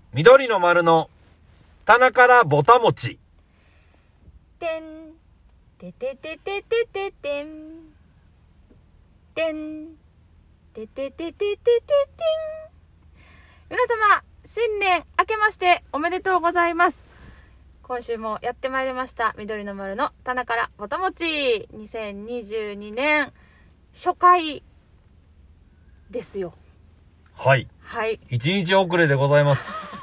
緑の丸の棚からぼたもち。 てんてててててててんてんてててててててん。皆様新年明けましておめでとうございます。今週もやってまいりました緑の丸の棚からぼたもち。2022年初回ですよ。 はいはい 1日遅れでございます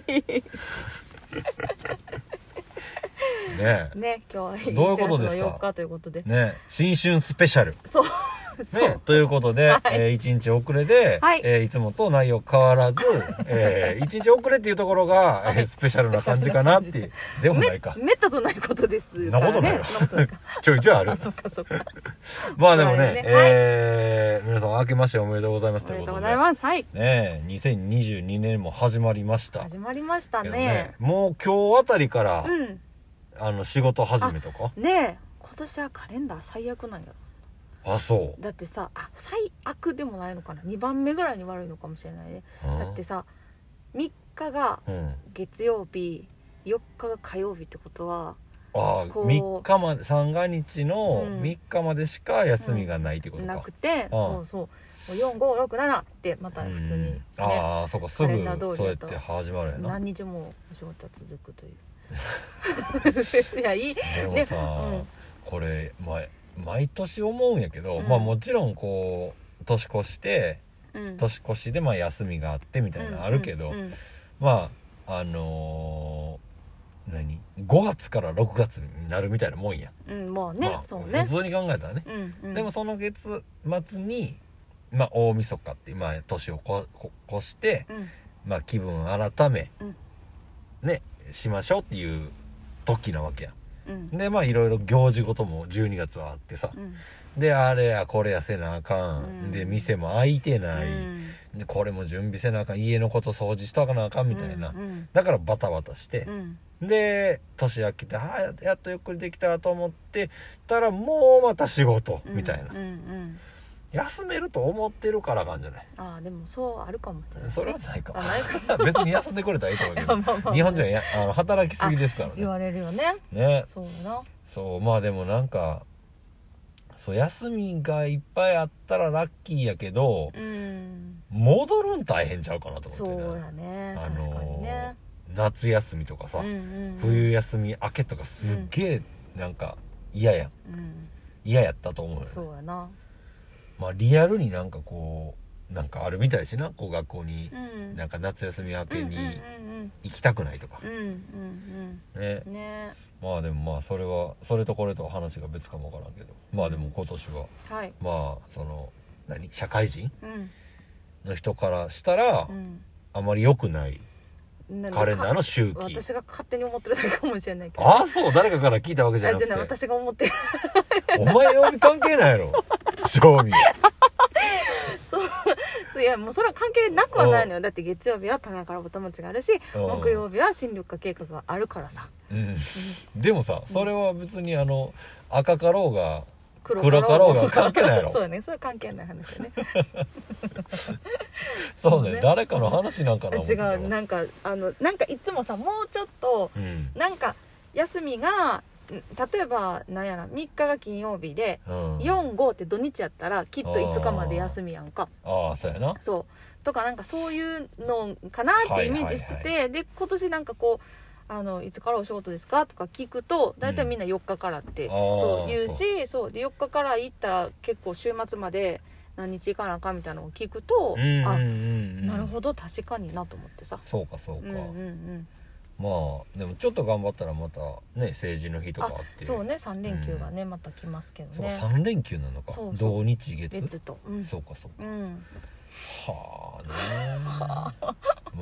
ねね、今日はどういうことですか 1月の4日ということでね、新春スペシャルそうね、ということで、 はい 1日遅れで、 はいいつもと内容変わらず、1日遅れっていうところが、 はいスペシャルな感じかなってでもないかめったとないことですそんなことないよそんなことないかちょいちょいあるあ、そっかそっかまあでもね、 はい皆さん明けましておめでとうございますおめでとうということでございます。はい、 ね、2022年も始まりました始まりましたけどね。 もう今日あたりから、 うん仕事始めとかねえ、今年はカレンダー最悪なんやろ。 あそうだってさ、最悪でもないのかな、2番目ぐらいに悪いのかもしれないね。だってさ、3日がうん月曜日、4日が火曜日ってことはあこう 3日まで三が日のうん 3日までしか休みがないってことか、 なくて、そうそう、もう4、5、6、7ってまた普通に、ね、 ああそうかすぐカレンダー通りだとそうやって始まるやな何日もお仕事は続くといういやいいでもさ、 ねこれ、毎年思うんやけど、 うんもちろんこう年越してうん年越しで休みがあってみたいなのあるけど、 うん何5月から6月になるみたいなもんや、 もうね、そうね、 普通に考えたらね、でもその月末に大晦日って年を越して、気分改め、ねしましょうっていう時なわけや、でいろいろ行事ごとも12月はあってさ、であれやこれやせなあかん、で店も開いてない、でこれも準備せなあかん、家のこと掃除しとかなあかんみたいな、だからバタバタして、で年明けてやっとゆっくりできたと思ってたらもうまた仕事みたいな、休めると思ってるからあかんじゃない。 でもそうあるかもしれない、ね、 それはないかないか別に休んでくれたらいいと思うけど日本人は働きすぎですからね。 言われるよね。そうな。 そうでもなんかそう休みがいっぱいあったらラッキーやけど、戻るん大変ちゃうかなと思ってそうやね、確かにね。 夏休みとかさ、冬休み明けとかすっげえなんか嫌やったと思うよね。 そうやな。 リアルになんかこうなんかあるみたいしな、こう学校になんか夏休み明けに行きたくないとかね。でもそれはそれとこれと話が別かもわからんけど、でも今年はその社会人の人からしたらあまり良くないカレンダーの周期。 私が勝手に思ってるだけかもしれないけど。 そう誰かから聞いたわけじゃなくて。 私が思ってる。 お前曜日関係ないやろ正味そういやもうそれは関係なくはないのよ。だって月曜日は棚からぼたもちがあるし、木曜日は新緑化計画があるからさ、 でもさそれは別に赤かろうが黒かろうが関係ないやろそうね、それは関係ない話だねそうね、誰かの話なんかな。 違う、なんかいつもさ、もうちょっと、なんか休みが例えばなんやら3日が金曜日で、4、5って土日やったらきっと5日まで休みやんか。 そうやな。 そうとかなんかそういうのかなってイメージしてて、で今年なんかこういつからお仕事ですかとか聞くと大体みんな4日からってそう言うし、そうで4日から行ったら結構週末まで何日行かなあかんみたいなのを聞くと、なるほど確かになと思ってさ。 そうかでもちょっと頑張ったらまたね成人の日とかあって、 そうね、3連休がね、また来ますけどね。 そう3連休なのか。土日月と、 そうかはあね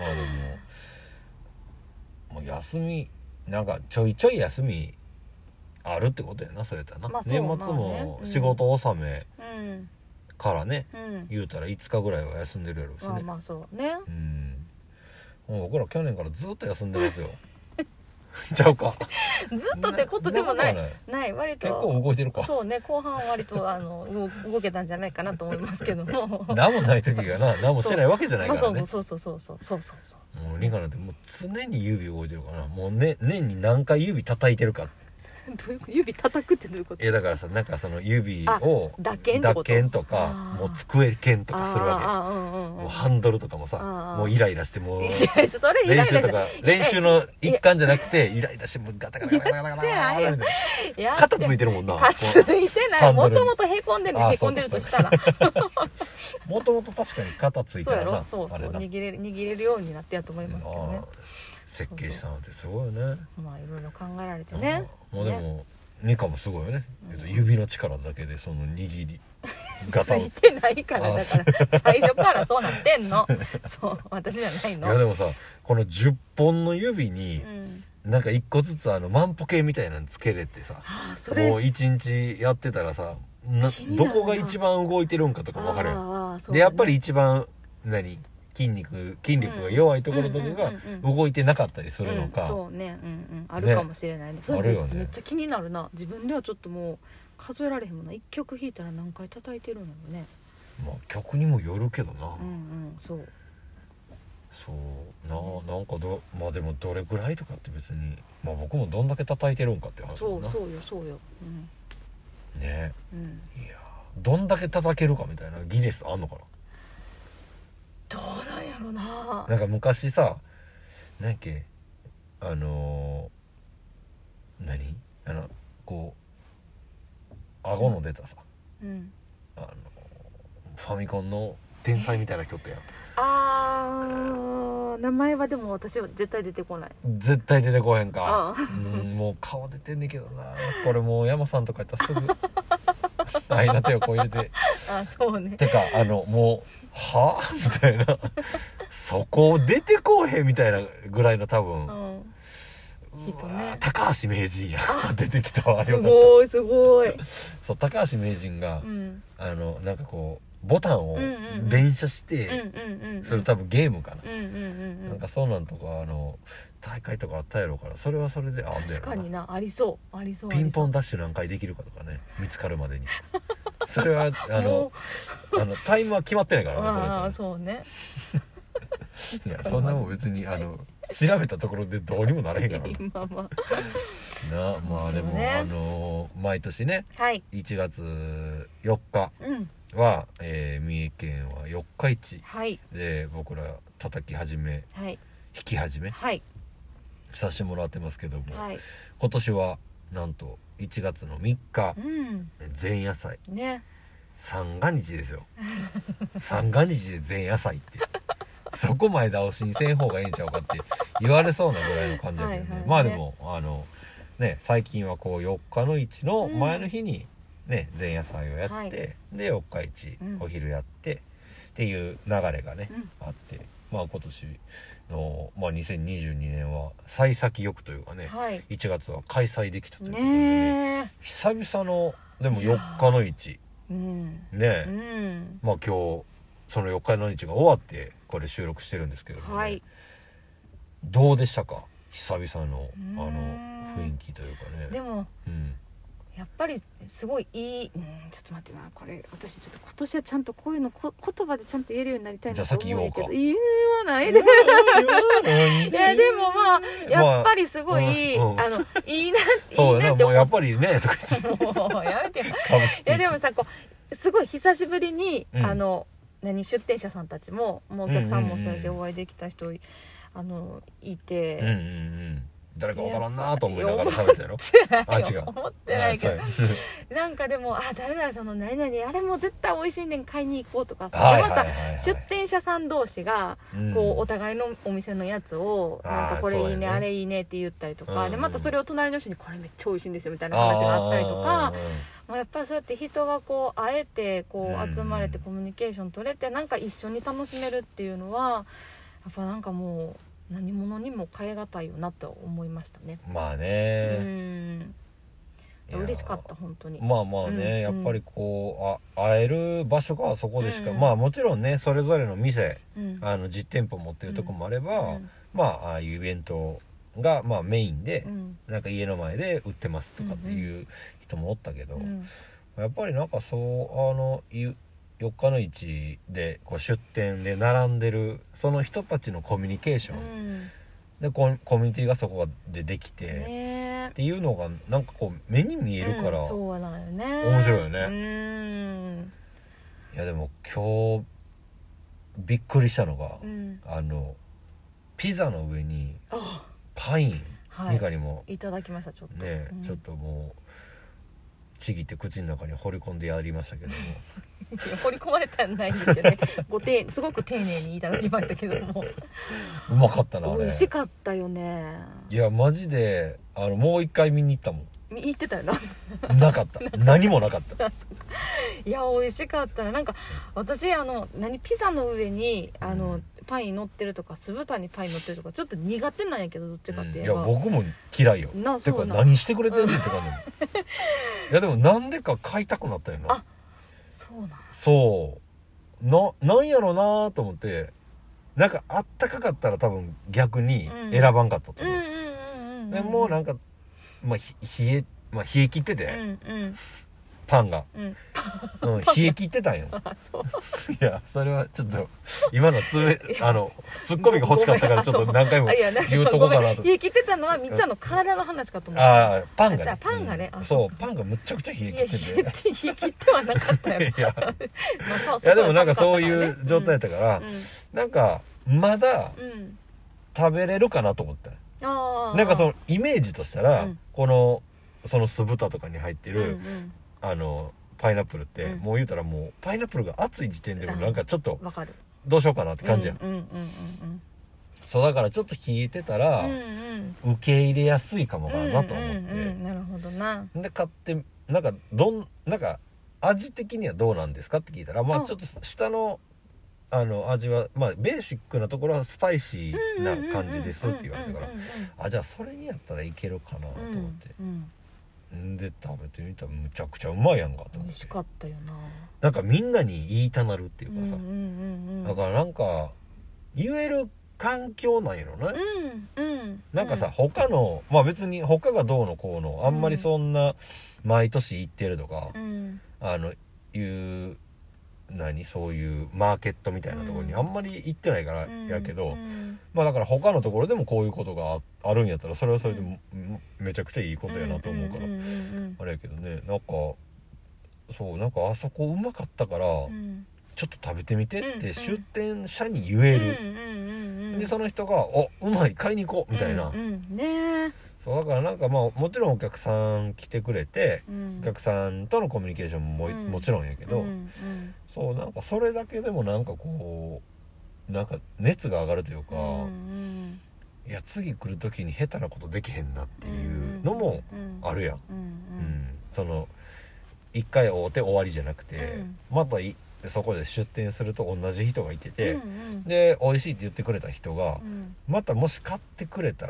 でも休みなんかちょいちょい休みあるってことやな、それやったらな。年末も仕事納めからね、言うたら5日ぐらいは休んでるやろうしね。 そうね。 もう僕ら去年からずっと休んでますよちゃうかずっとってことでもない割と結構動いてるか。 そうね、後半割と動けたんじゃないかなと思いますけども何もない時がな、何もしてないわけじゃないからね。 そうもうリカなんてもう常に指動いてるからな。もうね、年に何回指叩いてるか。 どういう指叩くってどういうこと？ だからさ、なんかその指を打鍵とかもう机鍵とかするわけ。もうハンドルとかもさ、もうイライラしてもう練習の一環じゃなくてイライラしてもうガタガタガタガタガタガタ肩ついてるもんな。 ついてない。もともとへこんでるとしたらもともと確かに肩ついてるな。 そう握れるようになってやと思いますけどね。 設計士さんってすごいよね。 まあいろいろ考えられてね。 もうでもニカもすごいよね。指の力だけでその握りガタをついてないからだから最初からそうなってんの。そう私じゃないの。 いやでもさ、この10本の指になんか1個ずつ万歩計みたいなのつけれてさ、もう1日やってたらさ、どこが一番動いてるんかとか分かるよ。でやっぱり一番筋肉が弱いところとかが動いてなかったりするのか。 そうね、あるかもしれないね。それめっちゃ気になるな。自分ではちょっともう数えられへんもんな。1曲弾いたら何回叩いてるのよね。 まあ曲にもよるけどな。 そうなんかまあでもどれぐらいとかって別に、まあ僕もどんだけ叩いてるんかって話だもんな。 そうよ、 ね、いやどんだけ叩けるかみたいなギネスあんのかな。 どうなんやろな。 なんか昔さ、何やっけ、こう顎の出たさ、ファミコンの天才みたいな人ってやった。 名前はでも私は絶対出てこない。 絶対出てこへんか。もう顔出てんねんけどな。これもう山さんとかやったらすぐあいな手をこう入れてそうね。 てかもうはぁみたいなそこ出てこうへんみたいなぐらいの多分、 人ね。 高橋名人や出てきたわ。 すごいそう、高橋名人が、なんかこうボタンを連射してそれ多分ゲームかな、なんかそうなんとか大会とかあったやろうから、それはそれで確かにな、ありそうピンポンダッシュ何回できるかとかね、見つかるまでにそれはタイムは決まってないからね。 そうねいやそんなもん別に調べたところでどうにもなれへんからまあでも毎年ね、1月4日は、三重県は四日市で僕ら叩き始め、弾き始め、させてもらってますけども、今年はなんと1月の3日、前夜祭ね、三が日ですよ三が日で前夜祭ってそこ前倒しにせん方がええんちゃうかって言われそうなぐらいの感じだけどね。まあでもね、最近はこう4日の市の前の日にね、前夜祭をやって、で四日市お昼やってっていう流れがね、あって、まあ今年の、2022年は幸先よくというかね、1月は開催できたということでね、久々のでも4日の市ね、まあ今日その4日の日が終わってこれ収録してるんですけどもね、どうでしたか、久々の雰囲気というかね。 でも、やっぱりすごいいい、ちょっと待ってな、これ私ちょっと今年はちゃんとこういうの言葉でちゃんと言えるようになりたいなと思うんだけど、言わないでいやでもまあやっぱりすごい、いいなって思う。やっぱりねとか言ってもうやめてよ。いやでもさ、こうすごい久しぶりに、出店者さんたちもお客さんもそうやし、お会いできた人いて、 誰かわからんなと思いながら食べたやろ違う思ってないけどなんかでも誰々さんの何々あれも絶対美味しいねん買いに行こうとかさ、また出店者さん同士がこうお互いのお店のやつをなんかこれいいねあれいいねって言ったりとかで、またそれを隣の人にこれめっちゃ美味しいんですよみたいな話があったりとか、やっぱりそうやって人がこう会えてこう集まれてコミュニケーション取れてなんか一緒に楽しめるっていうのはやっぱなんかもう何者にも代え難いよなと思いましたね。 まあね、 嬉しかった本当に。 まあまあね、やっぱりこう会える場所がそこでしか、まあもちろんねそれぞれの店、実店舗持ってるとこもあれば、まあああいうイベントがまあメインで、 うん、 なんか家の前で売ってますとかっていう人もおったけど、やっぱりなんかそう4日の市でこう出店で並んでるその人たちのコミュニケーション、でコミュニティがそこでできて、っていうのがなんかこう目に見えるから、 そうなんよね、 面白いよね。いやでも今日びっくりしたのが、ピザの上にパイン、ミカにもいただきました。ちょっとね、ちょっともうちぎって口の中に放り込んでやりましたけどもいや放り込まれたんないんですけどねすごく丁寧にいただきましたけどもうまかったなあれ。 美味しかったよね。 いやマジでもう一回見に行ったもん。 言ってたよななかった何もなかったいや美味しかったな。なんか私ピザの上にパイン乗ってるとか酢豚にパイン乗ってるとかちょっと苦手なんやけど、どっちかって言えば、 いや僕も嫌いよ。てか何してくれてるって感じいやでもなんでか買いたくなったよな。 あ、そうなん。 そうなんやろうなと思って、なんかあったかかったら多分逆に選ばんかったと思う。でもなんか冷え切ってて、パンが、冷え切ってたんよいやそれはちょっと今のツッコミが欲しかったからちょっと何回も言うとこかなと。 冷え切ってたのはみっちゃんの体の話かと思って。 パンがね、 パンがね、 そうパンがむちゃくちゃ冷え切ってて、 冷え切ってはなかったよいやでもなんかそういう状態だったから、なんかまだ食べれるかなと思った。なんかそのイメージとしたら、その酢豚とかに入ってる、パイナップルって、もう言うたらもうパイナップルが熱い時点でもなんかちょっとどうしようかなって感じやん。そうだからちょっと冷えてたら、受け入れやすいかもなと思って、 なるほどな。 で買ってなんか味的にはどうなんですかって聞いたら、まあちょっと下の味はまあベーシックなところはスパイシーな感じですって言われたから、じゃあそれにやったらいけるかなと思って、で食べてみたらむちゃくちゃうまいやんかと思って。美味しかったよな。 なんかみんなに言いたなるっていうかさ、だからなんか言える環境なんやろね。なんかさ、他のまあ別に他がどうのこうのあんまりそんな毎年行ってるとか、いうそういうマーケットみたいなところにあんまり行ってないからやけど、まあだから他のところでもこういうことがあるんやったらそれはそれでめちゃくちゃいいことやなと思うからあれやけどね、なんかそうなんかあそこうまかったから、ちょっと食べてみてって出店者に言える、でその人が「おうまい買いに行こう」みたいな、そうだからなんかまあもちろんお客さん来てくれて、お客さんとのコミュニケーションももちろんやけど、そうなんかそれだけでもなんかこうなんか熱が上がるというか、いや次来る時に下手なことできへんなっていうのもあるやん。その一回会うて終わりじゃなくて、またそこで出店すると同じ人がいてて、で美味しいって言ってくれた人が、またもし買ってくれた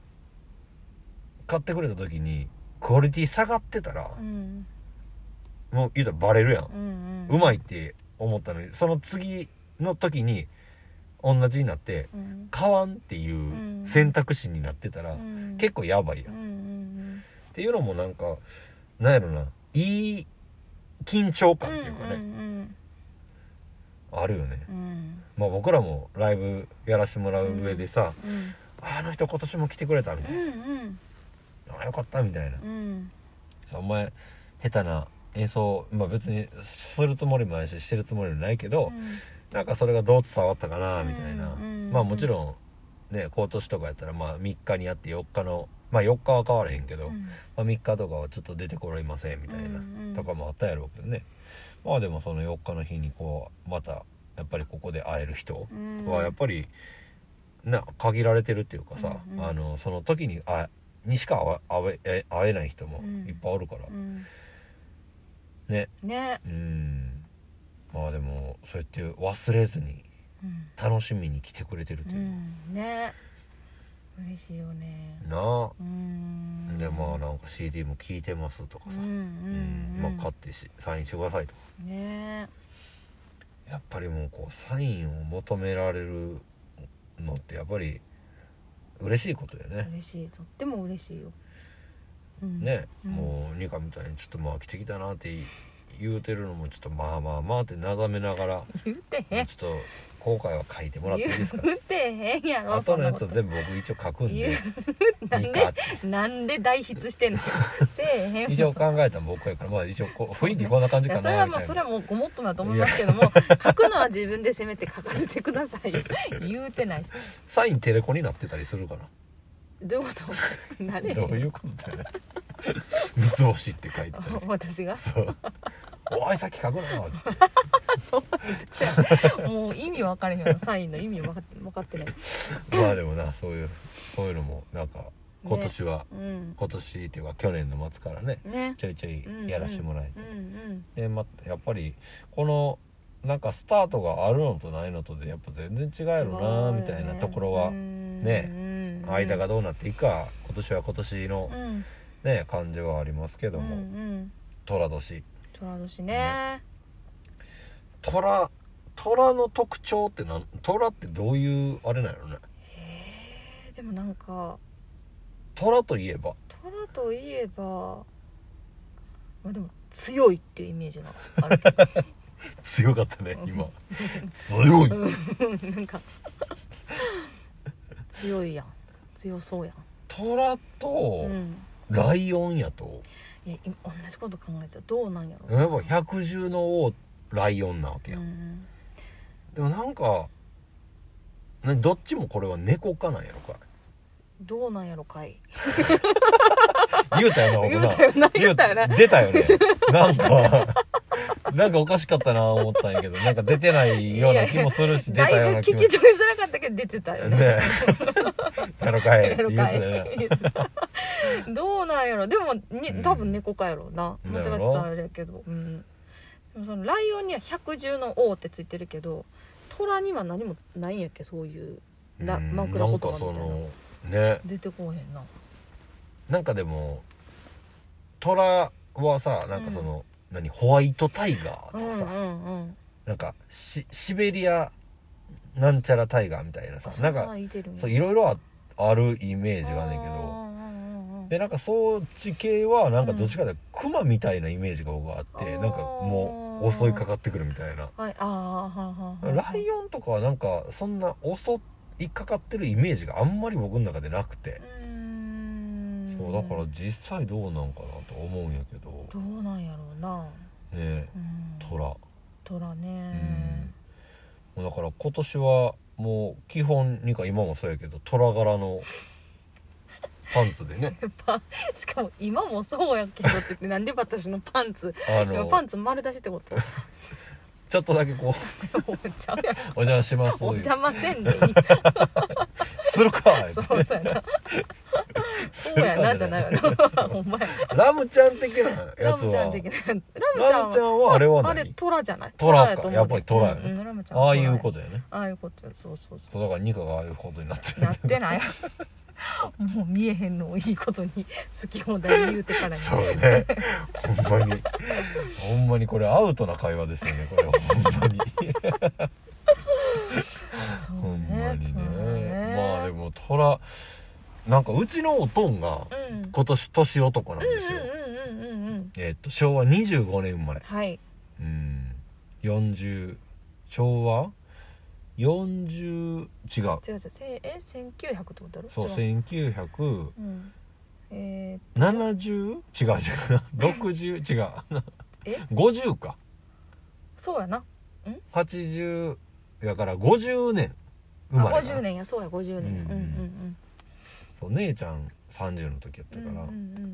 時にクオリティ下がってたら、もう言うたらバレるやん、うまいって思ったのにその次の時に同じになって買わんっていう選択肢になってたら、結構やばいやん、っていうのもなんかなんやろな、いい緊張感っていうかね、あるよね。まあ僕らもライブやらせてもらう上でさ、あの人今年も来てくれたみたいな、よかったみたいな、お前下手な演奏、まあ別にするつもりもないししてるつもりもないけど、なんかそれがどう伝わったかなみたいな、まあもちろんね今年とかやったらまあ3日にやって4日のまあ4日は変わらへんけど、まあ、3日とかはちょっと出てこれませんみたいな、とかもあったやろうけどね。まあでもその4日の日にこうまたやっぱりここで会える人はやっぱり限られてるっていうかさ、その時にしか会えない人もいっぱいおるから、ね。まあでもそうやって忘れずに楽しみに来てくれてるという、 ね、嬉しいよね。 なあ。でまあなんか CD も聴いてますとかさ、まあ買ってサインしてくださいとかね。 やっぱりもうこうサインを求められるのってやっぱり嬉しいことよね。 嬉しい、とっても嬉しいよ、 ね、もうニカみたいにちょっと飽きてきたなって言うてるのもちょっとまあって眺めながら言うてへん、 ちょっと後悔は書いてもらっていいですか。 言うてへんやろ、 後のやつは全部僕一応書くんでなんで代筆してんのせえへんもん一応考えたの僕やから、まあ一応雰囲気こんな感じかなみたいな。 それはもうごもっともだと思いますけども、書くのは自分でせめて書かせてくださいよ言うてないし。 サインテレコになってたりするかな。 どういうことなれへん、 どういうことだよね三つ星って書いてたり私がそうおいさっき書くなよつってそうめちゃくちゃもう意味分かれへんよ、サインの意味分かってない。 まあでもな、そういうのもなんか今年は、今年っていうか去年の末からねちょいちょいやらしてもらえて、でやっぱりこのなんかスタートがあるのとないのとでやっぱ全然違うやろなみたいなところはね、間がどうなっていくか今年は今年のね感じはありますけども、寅年ね、 寅の特徴って寅ってどういうあれなのね。 でもなんか寅といえばまあでも強いっていうイメージがあるけど強かったね今強いなんか強いやん、強そうやん。 虎とライオンやと、 いや今同じこと考えてた。どうなんやろ。 やっぱ百獣の王ライオンなわけや、でもなんかどっちもこれは猫かなんやろかい。 どうなんやろかい言うたよな僕な言うたよな出たよねなんかおかしかったな思ったんやけど、なんか出てないような気もするし出たような気も。 だいぶ聞き取りづらかったけど出てたよねやろかいって言うてたよねどうなんやろ。でも多分猫かやろな、間違ってたらあれやけど、でもそのライオンには百獣の王ってついてるけど、虎には何もないんやっけ、そういう枕言葉みたいな。なんかそのね出てこへんな。 なんかでも虎はさ、なんかその、ホワイトタイガーとかさ、なんかシベリアなんちゃらタイガーみたいなさ、なんかそういろいろあるイメージがあんねんけど、でなんかそっち系はなんかどっちかというとクマみたいなイメージが僕はあって、なんかもう襲いかかってくるみたいな。ライオンとかはなんかそんな襲いかかってるイメージがあんまり僕の中でなくて、そうだから実際どうなんかなと思うんやけど。 どうなんやろうな。 ね、虎ね、 だから今年はもう基本にか今もそうやけど虎柄のパンツでねしかも今もそうやけどって言ってなんで私のパンツパンツ丸出しってことちょっとだけこうお邪魔しますお邪魔せんでいいするかそうやなそうやなじゃないよなお前ラムちゃん的なやつはラムちゃんはあれは何？ あれ虎じゃない？ 虎か、やっぱり虎やね、ああいうことやね。 ああいうことや、そうだからニカがああいうことになってないもう見えへんのをいいことに好き放題言うてからにそうねほんまにこれアウトな会話ですよねこれほんまにほんまにね。まあでも虎なんかうちのおとんが今年年男なんですよ。昭和25年生まれ。 はい。 昭和40違う。 1900ってことだろ。 そう1900。70違う60違う50か。 そうやな。 80やから50年生まれ。 50年や、そうや50年。 そう姉ちゃん30の時やったから、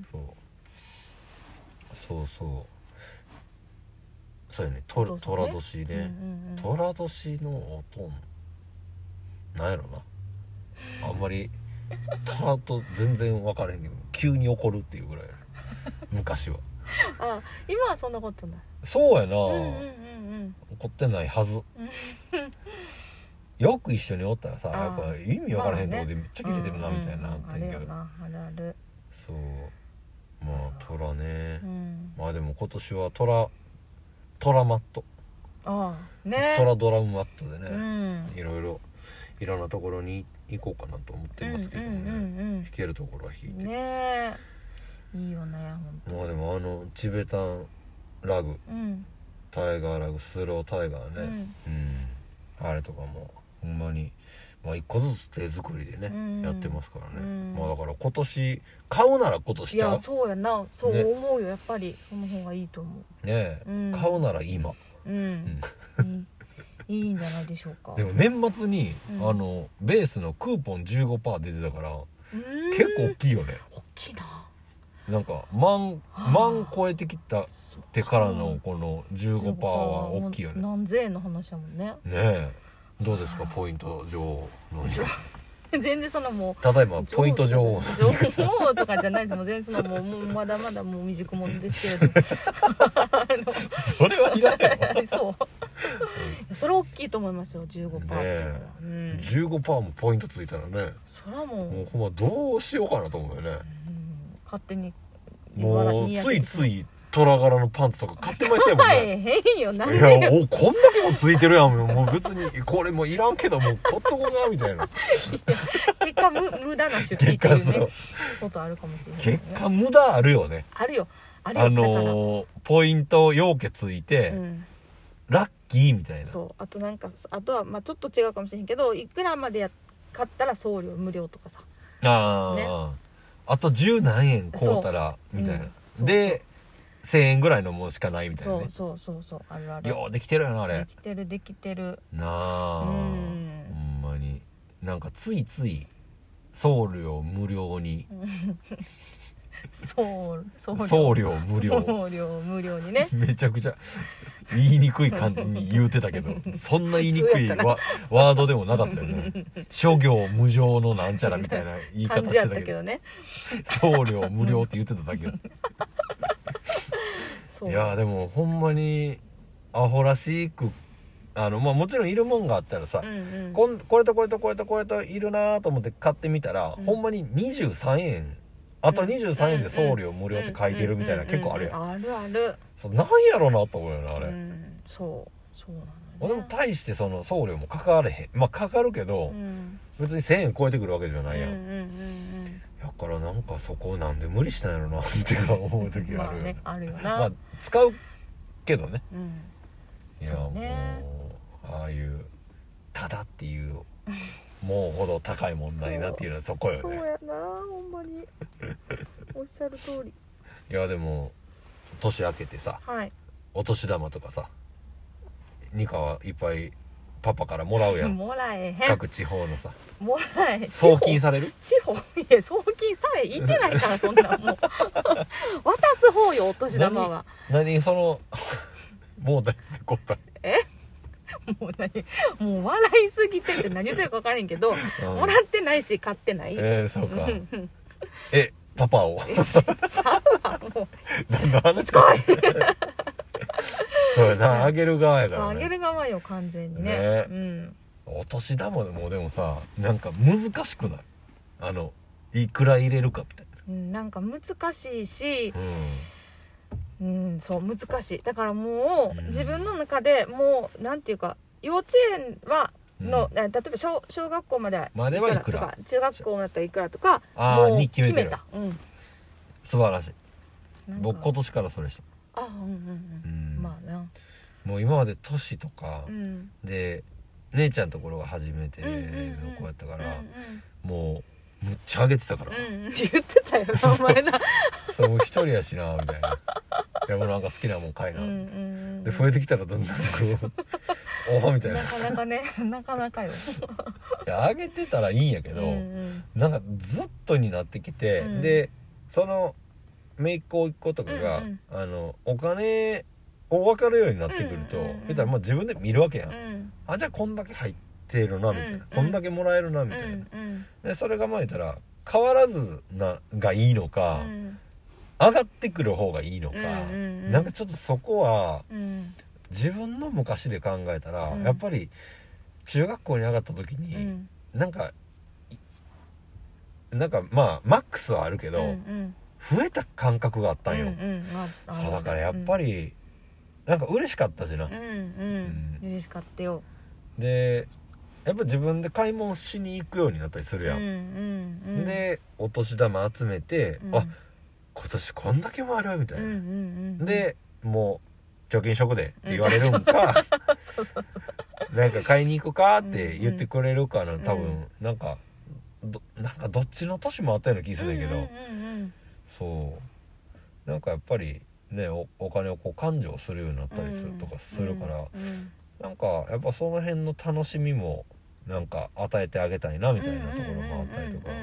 そうやね。寅年ね。寅年のおとんなんやろな、あんまり虎と全然分からへんけど急に怒るっていうぐらい昔は。 今はそんなことない。 そうやな、怒ってないはずよく一緒におったらさ、やっぱ意味分からへんとこでめっちゃキレてるなみたいなあったんやけど、そうまあ虎ね、まあでも今年は虎マット、虎ドラムマットでね、いろんなところに行こうかなと思ってますけども、 けるところは引いてねえいいよねほんと。 まあでもチベタンラグ、タイガーラグスロータイガーね、あれとかもほんまにまあ一個ずつ手作りでね、やってますからね、まあだから今年買うなら今年ちゃう。 いやそうやなそう思うよ、やっぱりその方がいいと思うねえ、買うなら今、 いいんじゃないでしょうか。 でも年末に、ベースのクーポン 15% 出てたから結構大きいよね。 大きいな。 なんか万超えてきたてからのこの 15% は大きいよね。 何千円の話やもんね。 ねえどうですかポイント女王の全然そのもう例えばポイント女王とかじゃないですもう全然そのもうまだまだもう未熟者ですけれどもそれはいらないのそうそれ大きいと思いますよ 15% っていうのは、 15% もポイントついたらねそらもうほんまどうしようかなと思うよね、 勝手にもうついつい虎柄のパンツとか買ってましたもんね変よなんでよ。いやおこんだけもついてるやんもう別にこれもいらんけどもう買っとこうなみたいな結果無駄な出費っていうねことあるかもしれない、ね、 結果無駄あるよね。 あるよだからポイント要件ついて、ラッキーみたいな。 そうあとなんかあとはまあちょっと違うかもしれんけどいくらまで買ったら送料無料とかさあと10何円買うたらみたいな、で1000円ぐらいのものしかないみたいなね。 そうあるあるようできてるよなあれ。 できてるなあ、ほんまになんかついつい送料無料に送料無料にねめちゃくちゃ言いにくい感じに言うてたけどそんな言いにくいワードでもなかったよね。諸行無常のなんちゃらみたいな言い方してたけどね、 送料無料って言ってただけどいやでもほんまにアホらしくまあもちろんいるもんがあったらさ、これとこれとこれとこれといるなと思って買ってみたら、ほんまに23円あと23円で送料無料って書いてるみたいな結構あるやん。 あるそうなんやろなと思うよねあれ、 そうなのね。 でも大してその送料もかかれへんかかるけど、別に1000円超えてくるわけじゃないやん、だからなんかそこなんで無理したんやろなって思う時があるよね。 あるよな。 まあ使うけどね、いやそうね、 もうああいうただっていうもうほど高いもんないなっていうのはそこよね。 そうやなほんまにおっしゃる通り。 いやでも年明けてさ、お年玉とかさニカはいっぱいパパからもらうやん。 もらえへん。 各地方のさもらえへん。 送金される？ 地方いや送金されいってないからそんなんもう渡す方よお年玉は。 何そのもう大事でこったもう笑いすぎてて何言ってるか分からへんけど、もらってないし買ってない。 そうかパパをちゃうわもう何の話かそうやな、あげる側やからね。 そうあげる側よ完全にね。 お年玉でもでもさなんか難しくない？いくら入れるかみたいな、なんか難しいし、そう難しい。だからもう、自分の中でもうなんていうか幼稚園はの、例えば小学校まではいくらとか中学校だったらいくらとかもう決めた。 素晴らしい。僕今年からそれした。まあなもう今まで年とか、で姉ちゃんのところが初めての子やったから、もうむっちゃあげてたから、 言ってたよなお前なそう一人やしなみたいな。いやもうなんか好きなもん買いな、で増えてきたらどんどんおみたいな。 なかなかよいやあげてたらいいんやけど、なんかずっとになってきて、でその姪っ子甥っ子とかが、お金を分かるようになってくると、見たら自分で見るわけやん、あじゃあこんだけ入ってるなみたいな、こんだけもらえるなみたいな、でそれが言ったら変わらずがいいのか、上がってくる方がいいのか、なんかちょっとそこは、自分の昔で考えたら、やっぱり中学校に上がった時に、なんかまあマックスはあるけど、増えた感覚があったんよ、そうだからやっぱり、なんか嬉しかったしな、 嬉しかったよ。 でやっぱ自分で買い物しに行くようになったりするやん、でお年玉集めて、 うん、 あ今年こんだけもあるみたいな、 うんうんうん、 でもう貯金しとくでって言われるんか、 そうそうそうなんか買いに行くかって言ってくれるかな、多分、 うん、 なんかどっちの年もあったような気するんだけど、 うんうんうんうん、 そうなんかやっぱりね お金をこう勘定するようになったりするとかするから、 うんうん、 なんかやっぱその辺の楽しみもなんか与えてあげたいなみたいなところもあったりとか、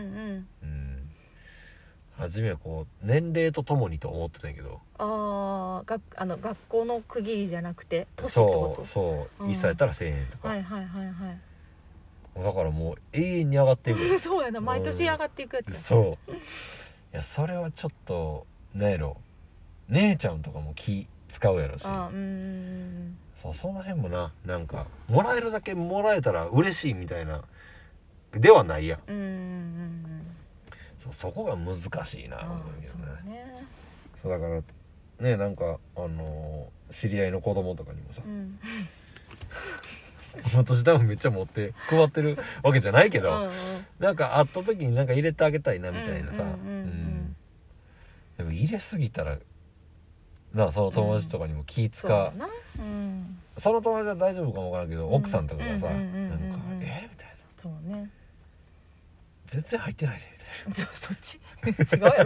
初めこう年齢とともにと思ってたんやけど、 学校の区切りじゃなくて年ってこと？ そう1歳やったら1000円とか、 はいはいはいはい、 だからもう永遠に上がっていくそうやな、毎年上がっていくやつ、 そういやそれはちょっとなんやろ、姉ちゃんとかも気使うやろし、そうその辺もなんかもらえるだけもらえたら嬉しいみたいなではないやん、そこが難しいな思うけどね。そうだからね、なんか知り合いの子供とかにもさ、お年玉めっちゃ持って配ってるわけじゃないけど、なんか会った時になんか入れてあげたいなみたいなさ、でも入れすぎたらその友達とかにも気使う、その友達は大丈夫かもわからんけど、奥さんとかがさ、なんかみたいな、 そうね、 全然入ってないでみたいなそっち違うやろ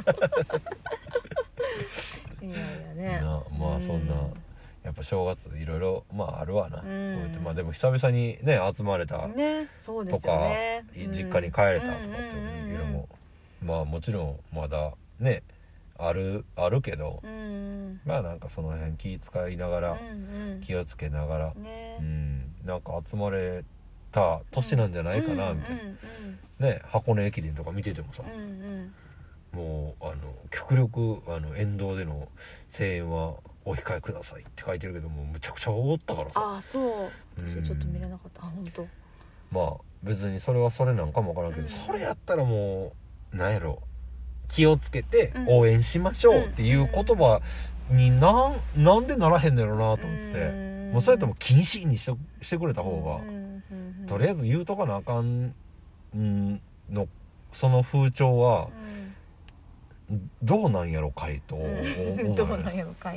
いやいやね、 まあそんなやっぱ正月いろいろあるわな、まあでも久々にね集まれたとか、実家に帰れたとかっていうのも、まあもちろんまだねあるけど、まあなんかその辺気使いながら、気をつけながら、なんか集まれた年なんじゃないかなみたいな、ね、箱根駅伝とか見ててもさ、もう極力沿道での声援はお控えくださいって書いてるけども、むちゃくちゃおったからさ、 そう私ちょっと見れなかった、本当。 まあ別にそれはそれなんかもわからんけど、それやったらもうなんやろ、気をつけて応援しましょうっていう言葉になんでならへんのやろなと思ってて、もうそれとも禁止にしてくれた方が、とりあえず言うとかなあかんのその風潮はどうなんやろかいと思う、 どうなんやろかい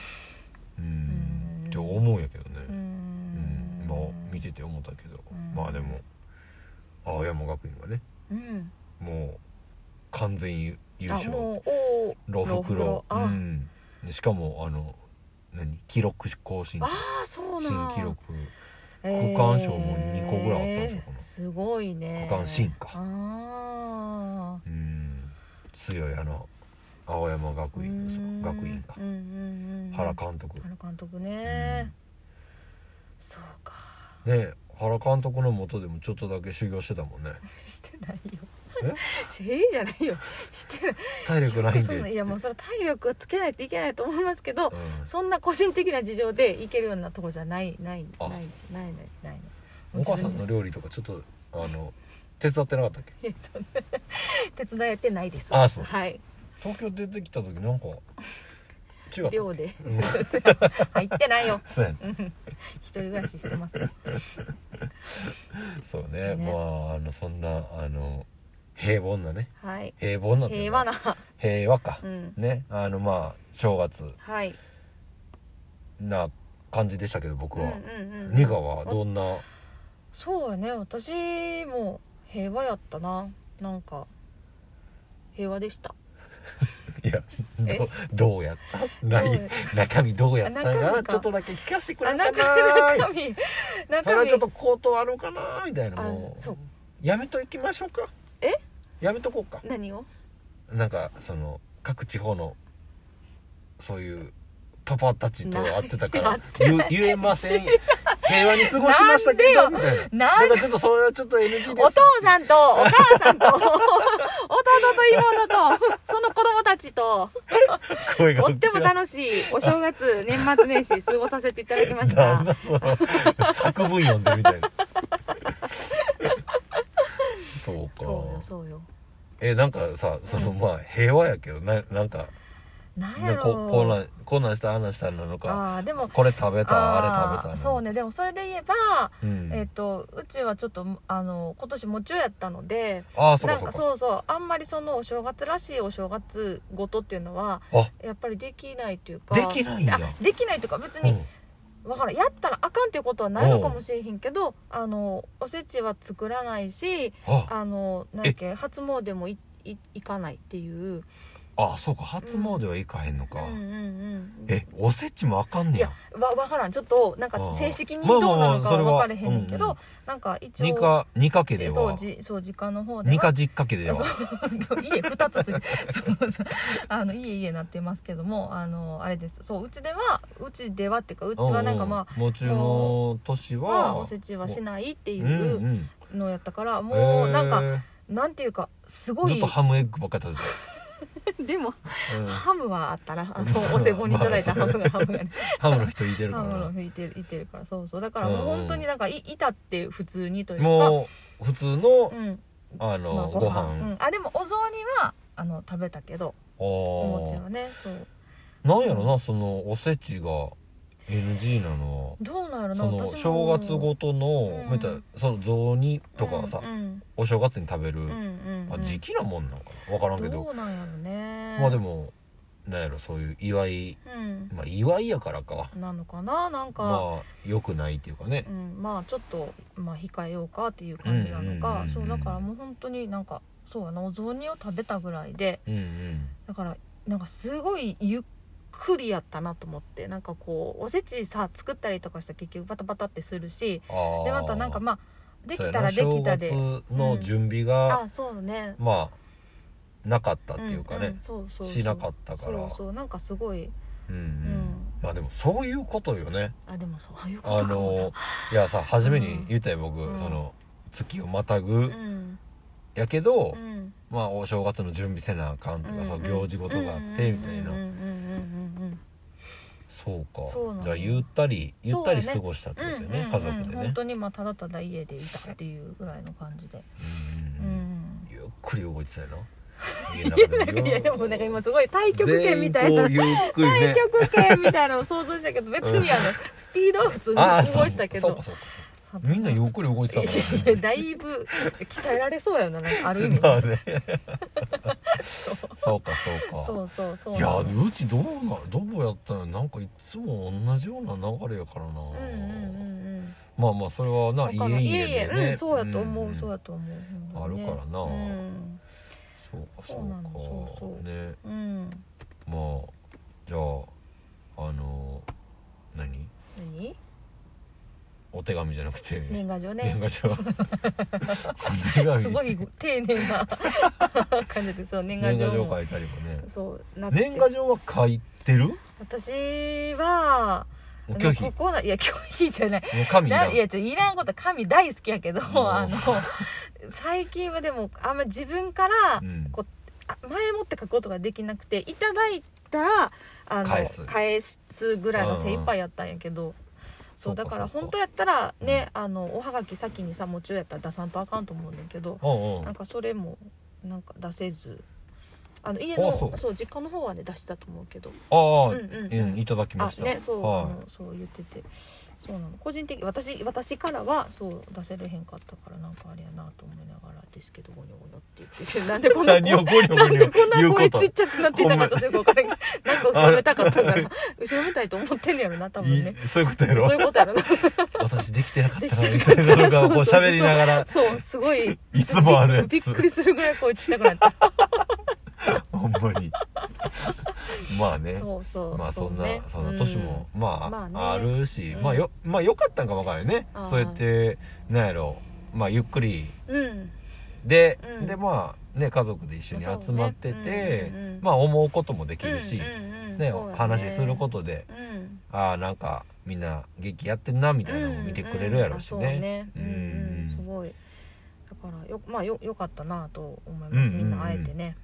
って思うんやけどね、まあ見てて思ったけど、まあでも青山学院がね、もう完全優勝、ロフクロ、しかも記録更新、 そう新記録、区間賞も2個ぐらいあったんでしょうかな、 すごいね、 区間新か、強い青山学院か、原監督ね、そうかね、原監督の下でもちょっとだけ修行してたもんねしてないよじゃないよ、してない、 体力ないんで、 いやもうそれ体力つけないといけないと思いますけど、そんな個人的な事情でいけるようなとこじゃないお母さんの料理とかちょっと手伝ってなかったっけ？ いやそんな手伝えてないです。 そう、 はい、 東京出てきた時なんか違った寮で入ってないよそうやね一人暮らししてますよそうね、まあそんな平凡なね、平和か、ね、まあ正月な感じでしたけど、僕はニガはどんな？ そうやね、私も平和やったな、なんか平和でしたいやどうやった中身どうやったかな、ちょっとだけ聞かせてくれるかな、 中身それはちょっと口頭あるかなみたいな、もうそうやめといきましょうか、やめとこうか、 何をなんかその各地方のそういうパパたちと会ってたから言えません平和に過ごしましたけどみたいな、だからちょっとそれはちょっと NG です。 お父さんとお母さんと弟と妹とその子供たちととっても楽しいお正月年末年始過ごさせていただきました。 なんだその作文読んでみたいなそうか、 そうよなんかさ、まあ平和やけどなんかなんやろこんなんしたあんなんしたなのか、 でもこれ食べたあれ食べたの。 そうね。でもそれで言えば、うちはちょっと今年も中やったので、なんかそうあんまりそのお正月らしいお正月ごとっていうのはやっぱりできないというか、 できないんや。 できないというか別に、わからん、やったらあかんっていうことはないのかもしれへんけど、おせちは作らないし、なんだっけ、初詣も行かないっていう。 そうか、初詣は行かへんのか。おせちもあかんねや。 いや、わからん、ちょっとなんか正式にどうなのかは分かれへんねんけど、なんか一応二家家ではそう実家の方では二家実家家では家2つついてそう家なってますけども、あれです。そう、うちではっていうか、うちはなんかもう中の年はおせちはしないっていうのやったから、もうなんかなんていうかすごいずっとハムエッグばっかり食べてでも、ハムはあったな、お歳暮にいただいたハムがねハムの人いてるからハムの人いてるから、そうだからもう本当になんかいたって普通にというか、 もう普通の、ご飯、 でもお雑煮は食べたけど、お餅はね、そうなんやろな、そのおせちが NG なのはどうなんやろな。 その正月ごとの、その雑煮とかさ、お正月に食べる、時期なもんなんかな、分からんけど、 どうなんやろね。 まあでもなんやろ、そういう祝い、祝いやからかなのかな、なんかまあ良くないっていうかね、 まあちょっと控えようかっていう感じなのか、そうだからもう本当になんかそうやな、お雑煮を食べたぐらいで、だからなんかすごいゆっくりやったなと思って、なんかこうおせちさ作ったりとかしたら結局バタバタってするし、でまたなんかできたらできたで、 正月の準備が、 そうね、 なかったっていうかね、しなかったから、 そうなんかすごい、 まあでもそういうことよね。 でもそういうことかもいやさ、初めに言ったよ僕、その月をまたぐ、やけど、お正月の準備せなあかんとか、そう行事事があってみたいな、そうか、じゃあゆったり過ごしたってことだよね、家族でね。 本当にただただ家でいたっていうぐらいの感じで、 ゆっくり動いてたよな。 いやでもなんか今すごい太極拳みたいな、 ゆっくりね、 太極拳みたいなのを想像したけど、別にスピードは普通に動いてたけど、 みんなゆっくり動いてたからね。だいぶ鍛えられそうやな、なんかある意味そうかそういやうちどうやったらなんかいつも同じような流れやからな。まあそれはな、家でね、 そうやと思う、そうやと思う、 あるからな。 そうなの、そうね。まあじゃあ何お手紙じゃなくて年賀状ね。 年賀状すごい丁寧な感じで、そう年賀状書いたりもね。 そう年賀状は書いてる？ 私は拒否。 いや拒否じゃない。 紙いらん。 いやいらんこと、紙大好きやけど、最近はでもあんま自分から前もって書くことができなくて、いただいたら返すぐらいの精一杯やったんやけど、そうだから本当やったらね、おはがき先にさ、もう中やったら出さんとあかんと思うんだけど、なんかそれもなんか出せず、家のそう実家の方はね出したと思うけど、 いただきましたね、そう言ってて、そうなの、個人的私からはそう出せれへんかったから、なんかあれやなと思いながらですけど、ゴニョゴニョって言ってて、なんでこんな声ちっちゃくなってたかちょっとよく分からん、なんか後ろめたかったから後ろめたいと思ってんねやろな、多分ね。 そういうことやろ。 そういうことやろな。 私できてなかったなみたいなのがこう喋りながら、 そうすごいいつもあるやつ、 びっくりするぐらい声ちっちゃくなった。 ほんまに。まあね、 そうまあそんな年もあるし、まあよかったんか分からないね。そうやってなんやろ、ゆっくりでまあね、家族で一緒に集まってて、思うこともできるしね、話することで、なんかみんな劇やってんなみたいなのを見てくれるやろうしね。 すごいだからよかったなと思います、みんな会えてね。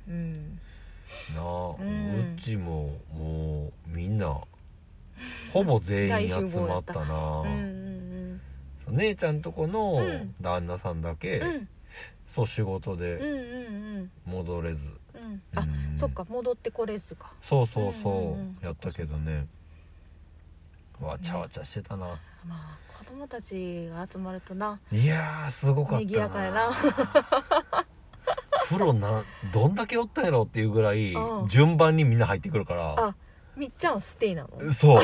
うちももうみんなほぼ全員集まったな。姉ちゃんとこの旦那さんだけ、そう仕事で戻れず、 そっか戻ってこれずか。 そうそうそう、やったけどね、わちゃわちゃしてたな。 まあ子供たちが集まるとな、 いやーすごかったな。 賑やかやな。 風呂どんだけおったんやろっていうぐらい順番にみんな入ってくるから。 あ、みっちゃんはステイなの？ そう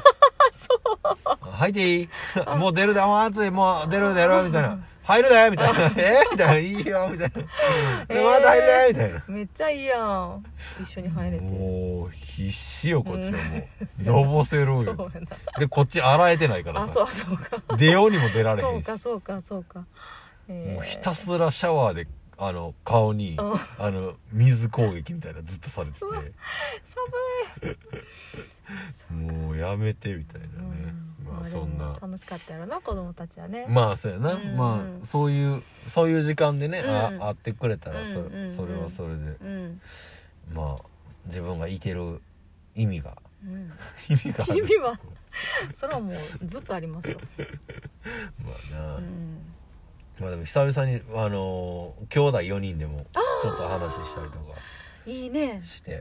入っていいもう出るで、もう暑い、もう出るみたいな、入るでみたいなみたいな、いいよみたいな、また入るでみたいな。 めっちゃいいやん、一緒に入れて。 もう必死よこっちはもう、のぼせるよ。 そうやな。 でこっち洗えてないからさ、 そうか出ようにも出られへんし、 そうか、 もうひたすらシャワーで顔に水攻撃みたいなずっとされてて、 寒いもうやめてみたいなね。まあそんな楽しかったやろな子供たちはね。 まあそうやな、まあそういう時間でね、会ってくれたらそれはそれで、まあ自分がいてる意味がある。 それはもうずっとありますよ。 まあな、まあでも久々に兄弟4人でもちょっと話したりとかいいねして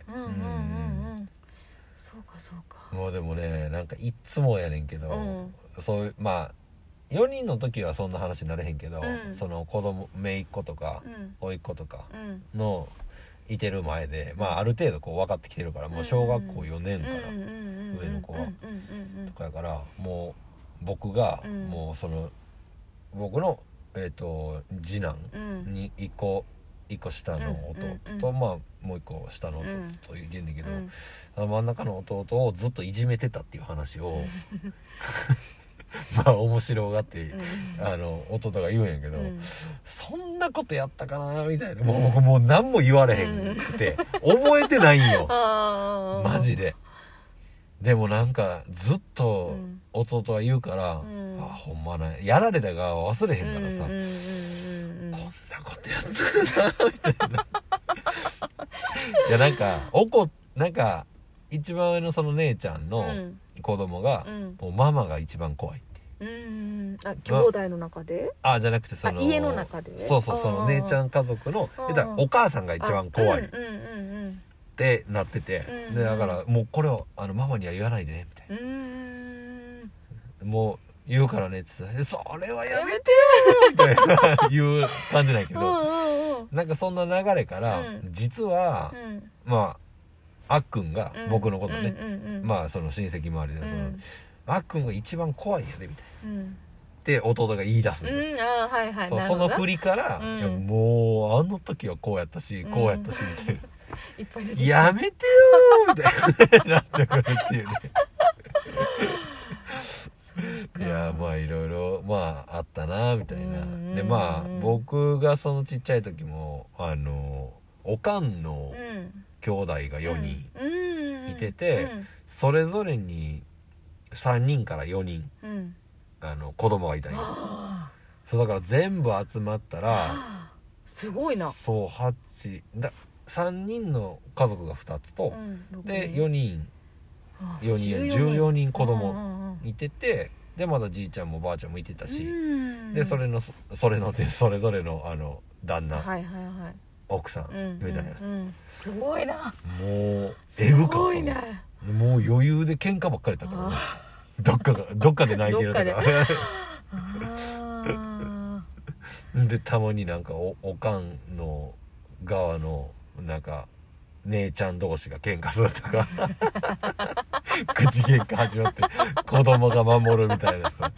そうか。 もうでもね、なんかいっつもやねんけど、そういうまあ4人の時はそんな話になれへんけど、その子供姪っ子とか甥っ子とかのいてる前で、まあある程度こう分かってきてるから、もう小学校4年から上の子はとかやから、もう僕がもうその僕の次男に1個下の弟と、まあもう1個下の弟と言うんだけど、真ん中の弟をずっといじめてたっていう話をまあ面白がって弟が言うんやけど、そんなことやったかなみたいな、もう何も言われへんくて覚えてないんよマジで。でもなんかずっと弟は言うから、ほんまなやられた側は忘れへんからさ、こんなことやったなみたいな。いやなんか一番上のその姉ちゃんの子供が、もうママが一番怖いって。 兄弟の中で？ じゃなくてその家の中で？ そうその姉ちゃん家族のお母さんが一番怖いってなってて、でだからもうこれをママには言わないでねみたいな、もう言うからねって言って、それはやめてよみたいないう感じなんやけど、なんかそんな流れから、実はまああっくんが僕のことね、まあその親戚周りであっくんが一番怖いんやでみたいな、って弟が言い出すの、その振りから、いやもうあの時はこうやったしこうやったしみたいな、 いっぱい出てきた。 やめてよみたいななってくるっていうね。いやまあいろいろまああったなみたいな。でまあ僕がそのちっちゃい時もおかんの兄弟が4人いてて、それぞれに3人から4人子供がいたんよ。そうだから全部集まったらすごいな。 そう3人の家族が2つと、で4人14人子供いてて、でまだじいちゃんもばあちゃんもいてたし、でそれぞれの旦那、奥さんみたいな、 すごいな。 もうえぐかったな。もう余裕で喧嘩ばっかりだからね。どっかで泣いてるとかでたまになんかおかんの側のなんか姉ちゃん同士が喧嘩するとか口喧嘩始まって子供が守るみたいなさ。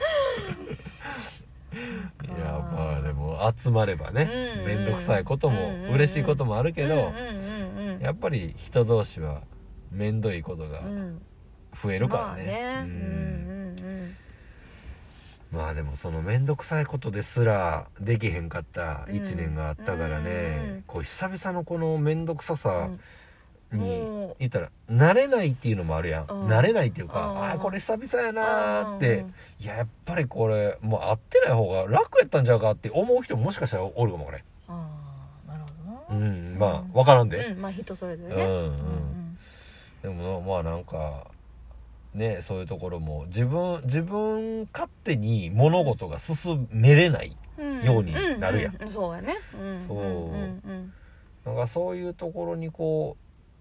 いやまあでも集まればね、めんどくさいことも嬉しいこともあるけど、やっぱり人同士はめんどいことが増えるからね。まあでもそのめんどくさいことですらできへんかった1年があったからね、こう久々のこのめんどくささに言ったら慣れないっていうのもあるやん。慣れないっていうか、これ久々やなーって、いややっぱりこれもう会ってない方が楽やったんちゃうかって思う人ももしかしたらおるかもこれ。 なるほどな。 まあ分からんで、 まあ人それぞれね。 でもまあなんかね、そういうところも自分勝手に物事が進めれないようになるやん。 そうやね。 そうなんかそういうところにこ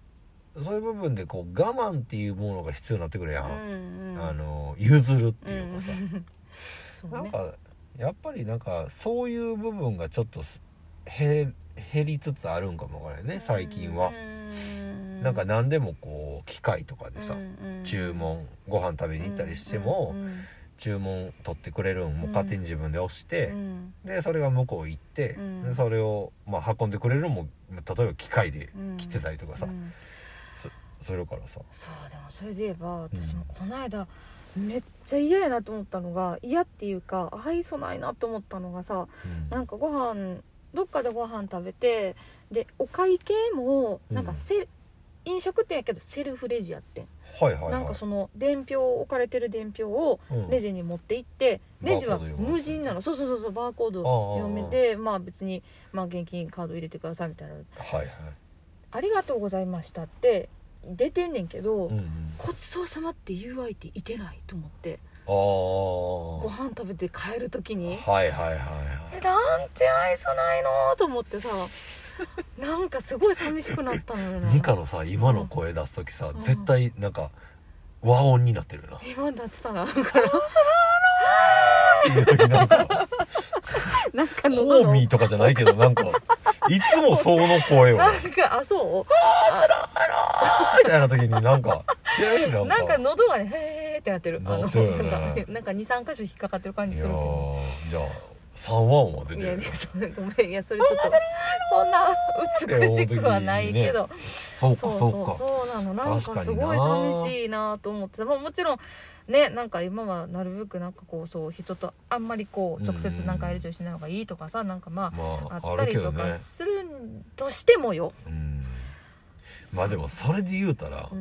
そういう部分でこう我慢っていうものが必要になってくるやん、 うん譲るっていうかさ、 そうね、 なんかやっぱりなんかそういう部分がちょっと減りつつあるんかもわからないね最近は。なんか何でもこう機械とかでさ、注文ご飯食べに行ったりしても、注文取ってくれるんもう勝手に自分で押して、でそれが向こう行って、でそれをまあ運んでくれるのも例えば機械で来てたりとかさ、それからさ、 そうでもそれで言えば私もこの間、めっちゃ嫌やなと思ったのが、嫌っていうか愛想ないなと思ったのがさ、なんかどっかでご飯食べて、でお会計もなんか飲食店やけどセルフレジやってん、なんかその置かれてる伝票をレジに持って行って、レジは無人なの。そうバーコード読めて、まあ別に、まあ、現金カード入れてくださいみたいな、ありがとうございましたって出てんねんけど、ごちそうさまって言う相手いてないと思って、ご飯食べて帰る時に、なんて愛想ないのと思ってさなんかすごい寂しくなったのよな。 ニカのさ今の声出す時さ、絶対なんか和音になってるよな。 今なってたなからっていう時なんかなんかホーミーとかじゃないけど、なんかいつもその声をなんかそうみたいな時になんかなんか喉がねへーってなってる、 なってるよね。 なんか 2,3 箇所引っかかってる感じするけど、 じゃあ3音は出てる。 ごめん、いやそれちょっとそんな美しくはないけど、そうなの、なんかすごい寂しいなと思って、もちろんね、なんか今はなるべくなんかこうそう人とあんまりこう直接なんかやり取りしない方がいいとかさ、なんかまああったりとかするとしてもよ、 まあでもそれで言うたら、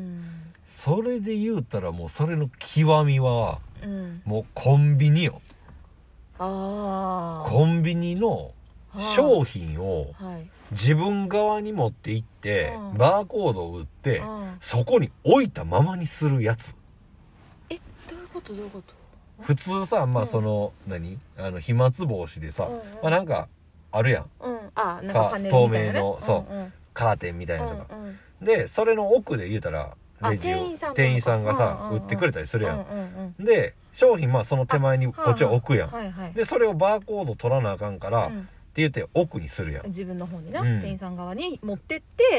もうそれの極みは、もうコンビニよ。コンビニの商品を自分側に持って行って、バーコードを打って、そこに置いたままにするやつ。 どういうこと普通さ、まあその、飛沫防止でさ、まあなんかあるやん、 なんかパネルみたいなね、 透明のカーテンみたいなのとか、でそれの奥で言うたらレジを店員さんがさ、売ってくれたりするやん、で商品まあその手前にこっちは置くやん、でそれをバーコード取らなあかんから、って言って奥にするやん、 自分の方にな、店員さん側に持ってって、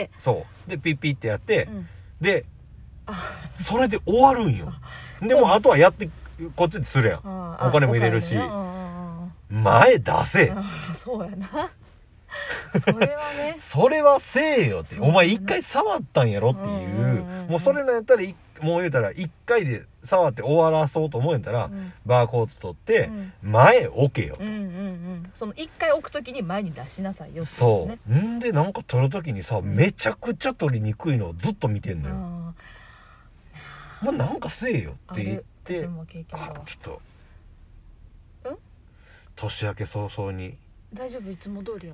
そうでピッピッってやって、でそれで終わるんよ。でもあとはやってこっちでするやん、お金も入れるし、前出せそうやなそれはねそれはせえよって、お前一回触ったんやろっていう、もうそれのやったらもう言うたら一回で触って終わらそうと思うんやったら、バーコード取って前置けよ、 その一回置くときに前に出しなさいよって、 そう、んでなんか取るときにさ、めちゃくちゃ取りにくいのをずっと見てんのよ。まあなんかせえよって言って、ちょっと年明け早々に大丈夫、いつも通りや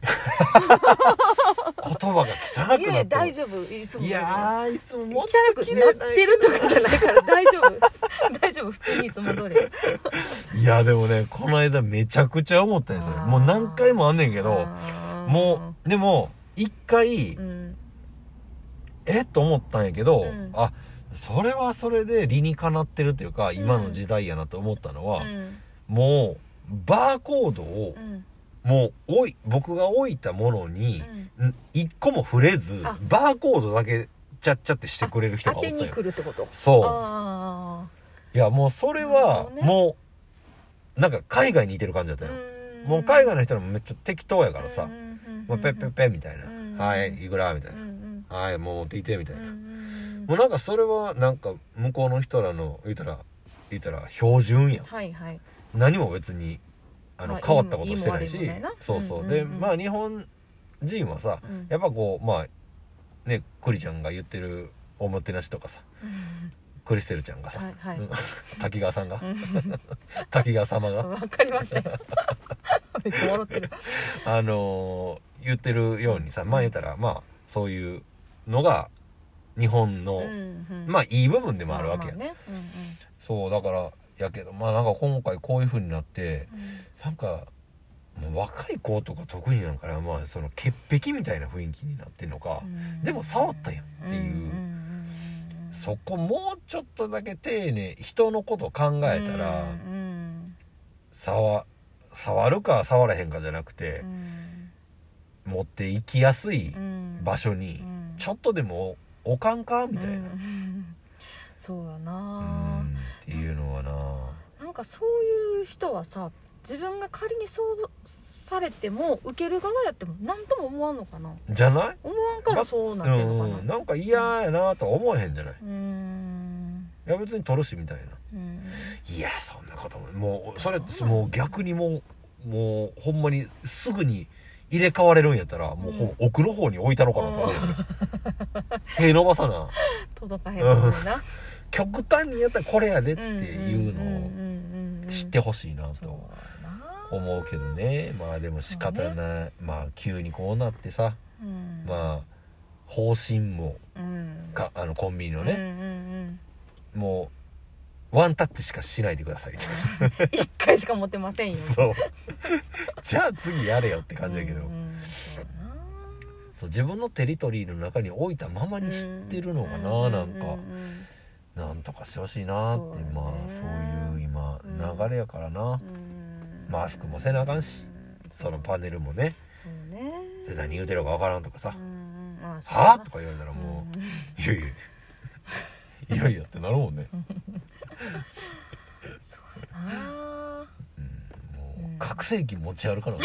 言葉が汚くなって、 いや大丈夫、いつも通り、いやいつももっと汚くなってるとかじゃないから大丈夫大丈夫、普通にいつも通りいやでもね、この間めちゃくちゃ思ったんですよ。もう何回もあんねんけど、もうでも一回、と思ったんやけど、それはそれで理にかなってるというか、今の時代やなと思ったのは、もうバーコードを、もう僕が置いたものに一個も触れず、バーコードだけチャッチャってしてくれる人がおったよ。 当てに来るってこと。 そう。いやもうそれはもうなんか海外にいてる感じだったよ。もう海外の人もめっちゃ適当やからさ、もうペッペッペみたいな、はいいくらみたいな、はいもう持っていてみたいな、もうなんかそれはなんか向こうの人らの言ったら標準やん。何も別に変わったことしてないし、そうで、まあ日本人はさ、やっぱこうまあね、クリちゃんが言ってるおもてなしとかさ、クリステルちゃんがさ、滝川さんが滝川様が分かりましたよめっちゃ笑ってる言ってるようにさ、まあ言ったらまあそういうのが日本のまあいい部分でもあるわけや、そうだからやけど、まあなんか今回こういう風になって、なんかもう若い子とか特になんかな、まあその潔癖みたいな雰囲気になってんのか、でも触ったやんっていう、 そこもうちょっとだけ丁寧、人のこと考えたら、触るか触らへんかじゃなくて、持って行きやすい場所にちょっとでも置かんかみたいな、 そうやな、 っていうのはな、 なんかそういう人はさ、自分が仮にそうされても受ける側やっても何とも思わんのかな。 じゃない？ 思わんからそうなってんのかな、 なんか嫌やなとは思えへんじゃない？いや別に取るしみたいな、いやそんなこともうそれもう逆にもうほんまにすぐに入れ替われるんやったらもう奥の方に置いたのかなと思う、手伸ばさな届かへんと思うな、 極端にやったらこれやでっていうのを知ってほしいなと思うけどね。まあでも仕方ない、まあ急にこうなってさ、まあ方針もコンビニのね、もうワンタッチしかしないでください一回しか持ってませんよそうじゃあ次やれよって感じやけど、そう自分のテリトリーの中に置いたままに知ってるのかな、なんとかしてほしいなって、まあそういう今流れやからな、マスクもせなあかんし、そのパネルもね、で何言うてるかわからんとかさ、はぁとか言われたらもう、いやいやってなるもんねそうな、 もう拡声器持ち歩かな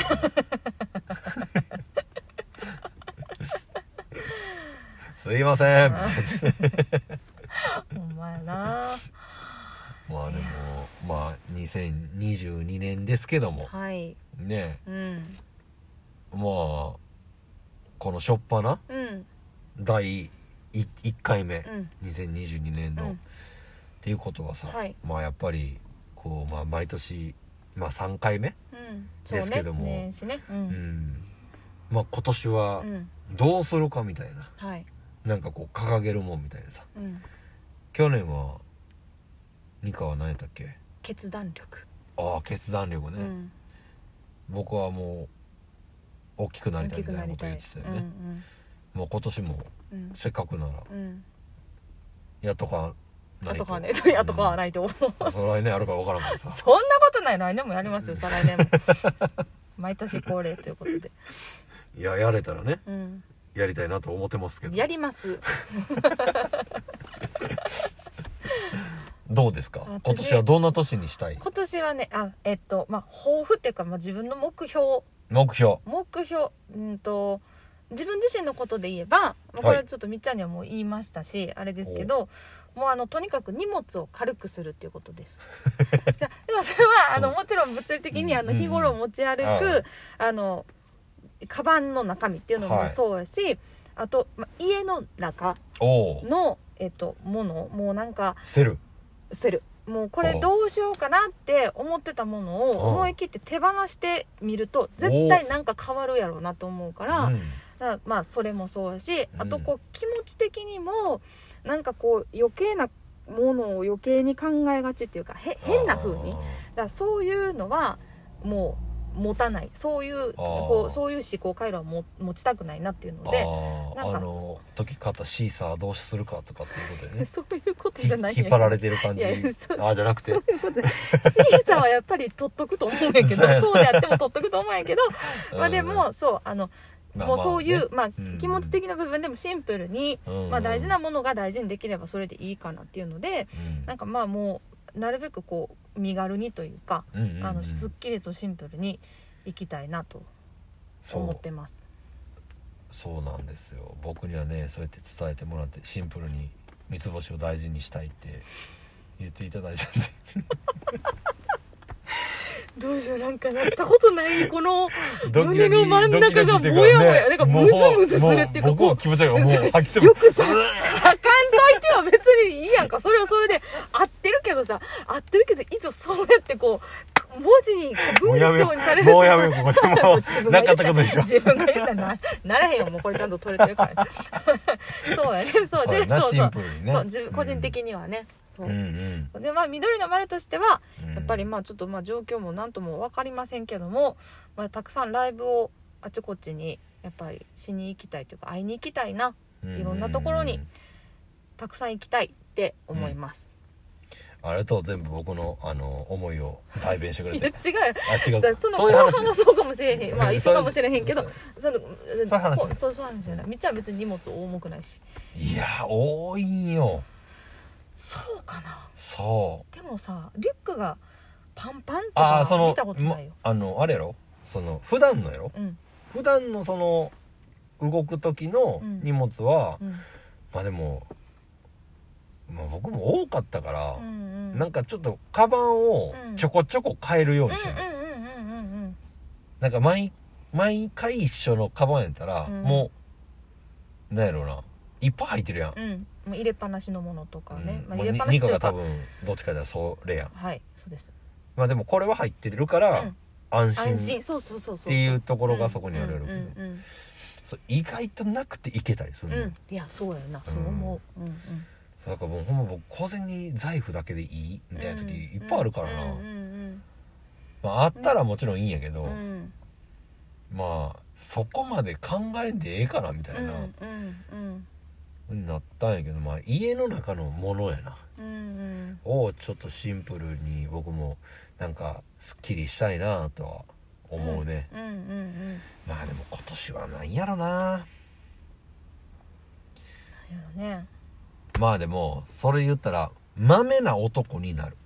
すいませんほんまやな。 まあでもまあ2022年ですけども、ね、まあこの初っ端、第1回目、2022年の、っていうことはさ、まあやっぱりこう、まあ、毎年、まあ、3回目、ですけども、 年始ね、 まあ今年はどうするかみたいな、なんかこう掲げるもんみたいなさ、去年はニカは何やったっけ？ 決断力。 ああ決断力ね、僕はもう大きくなりたいみたいなこと言ってたよね、もう今年もせっかくなら、やっとかないとやっとかはないと来年あるか分からんからさそんなことない、来年もやりますよ、再来年も毎年恒例ということで、 いややれたらね、やりたいなと思ってますけど、 やりますどうですか、今年はどんな年にしたい？ 今年はね、まあ抱負っていうか、まあ、自分の目標、自分自身のことで言えば、これちょっとみっちゃんにはもう言いましたし、あれですけど、もうとにかく荷物を軽くするっていうことですじゃでもそれはもちろん物理的に日頃持ち歩くカバンの中身っていうのもそうやし、あと、家の中のもの、もうなんか捨てる、もうこれどうしようかなって思ってたものを思い切って手放してみると絶対なんか変わるやろうなと思うから、だからまあそれもそうやし、あとこう気持ち的にもなんかこう余計なものを余計に考えがちっていうか、変な風に、だからそういうのはもう持たない、そういう思考回路は持ちたくないなっていうので、なんか時方シーサーどうするかとかっていうことでねそういうことじゃない、 引っ張られてる感じ、じゃなくて、 そういうことでシーサーはやっぱり取っとくと思うんやけどそうであっても取っとくと思うんやけどまあでもそうもうそういう、気持ち的な部分でもシンプルに、大事なものが大事にできればそれでいいかなっていうので、なんかまあもうなるべくこう身軽にというか、すっきりとシンプルにいきたいなと思ってます。 そうなんですよ。僕にはねそうやって伝えてもらって、シンプルに三つ星を大事にしたいって言っていただいたんでどうしよう、なんかなったことないこの胸の真ん中がもやもや、なんかムズムズするっていうか、 こう気持ちがもう吐きそう、 よくさ吐かんといては別にいいやんか、それはそれで合ってるけどいつそうやってこう文字に文章にされるともうやめよう、ここでもうなかったことでしょ、 自分が言ったらならへんよ、もうこれちゃんと取れてるからそうやね、そうで、 シンプルにね、 そう個人的にはね、で緑の丸としてはやっぱりちょっと状況も何とも分かりませんけども、たくさんライブをあちこちにやっぱりしに行きたいというか、会いに行きたいな、いろんなところにたくさん行きたいっって思います、 あれと全部僕の思いを代弁してくれていや違う違うそのそういう話後半はそうかもしれへん、まあ一緒かもしれへんけどそういう話そういう話じゃない。みっちゃんは別に荷物重くないし。 いや多いんよ。 そうかな。 そうでもさリュックがパンパンとか見たことないよ。 あれやろ普段のやろ、普段の動く時の荷物は、まあでも、まあ、僕も多かったから、なんかちょっとカバンをちょこちょこ変えるようにしてる。なんか毎回一緒のカバンやったら、もうなんやろうないっぱい入ってるやん、 もう入れっぱなしのものとかね、 入れっぱなしというかニカが多分どっちかではそれやん。 はいそうです。 まあでもこれは入ってるから、安心そうっていうところがそこにあるやろうけど、意外となくていけたりするの、 いやそうやな、そう思う。 だからもうほんま僕小銭財布だけでいいみたいな時いっぱいあるからな、まああったらもちろんいいんやけど、まあそこまで考えんでええかなみたいな、になったんやけど、まあ家の中のものやな、をちょっとシンプルに僕もなんかすっきりしたいなとは思うね。まあでも今年はなんやろな。 なんやろね。 まあでもそれ言ったらまめな男になる。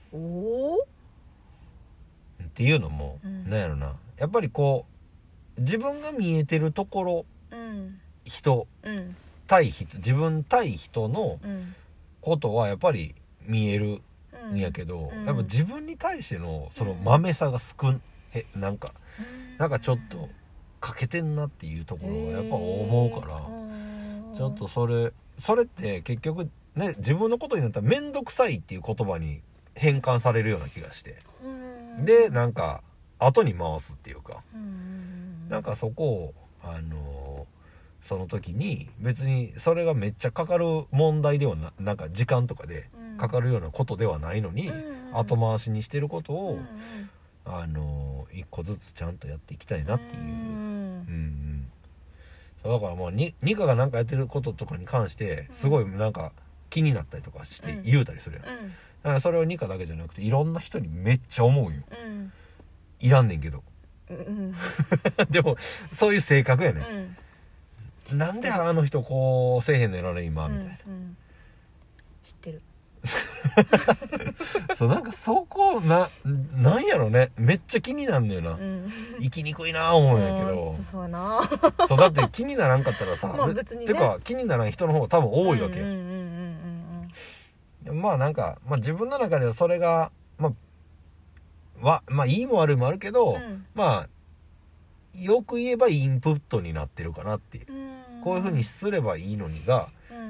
っていうのも、なんやろな。やっぱりこう自分が見えてるところ、人、対人、自分対人のことはやっぱり見えるんやけど、やっぱ自分に対してのそのまめさがなんかちょっと欠けてんなっていうところはやっぱ思うから、ちょっとそれって結局ね自分のことになったら面倒くさいっていう言葉に変換されるような気がして、でなんか後に回すっていうか、なんかそこをその時に別にそれがめっちゃかかる問題ではなんか時間とかでかかるようなことではないのに、後回しにしてることを一個ずつちゃんとやっていきたいなっていう、だからまあニカがなんかやってることとかに関してすごいなんか気になったりとかして言うたりするやん、だからそれをニカだけじゃなくていろんな人にめっちゃ思うよ、いらんねんけど、でもそういう性格やね、なんであの人こうせえへんのやろね今みたいな、 知ってるそうなんかそこなんやろね、めっちゃ気になんのよな、生きにくいな思うんやけど、 そうやなそうだって気にならんかったらさ、 まあ別にね、 てか気にならん人の方が多分多いわけや、まあなんか、まあ、自分の中ではそれがまあいいも悪いもあるけど、まあよく言えばインプットになってるかなっていう、こういう風にすればいいのにが、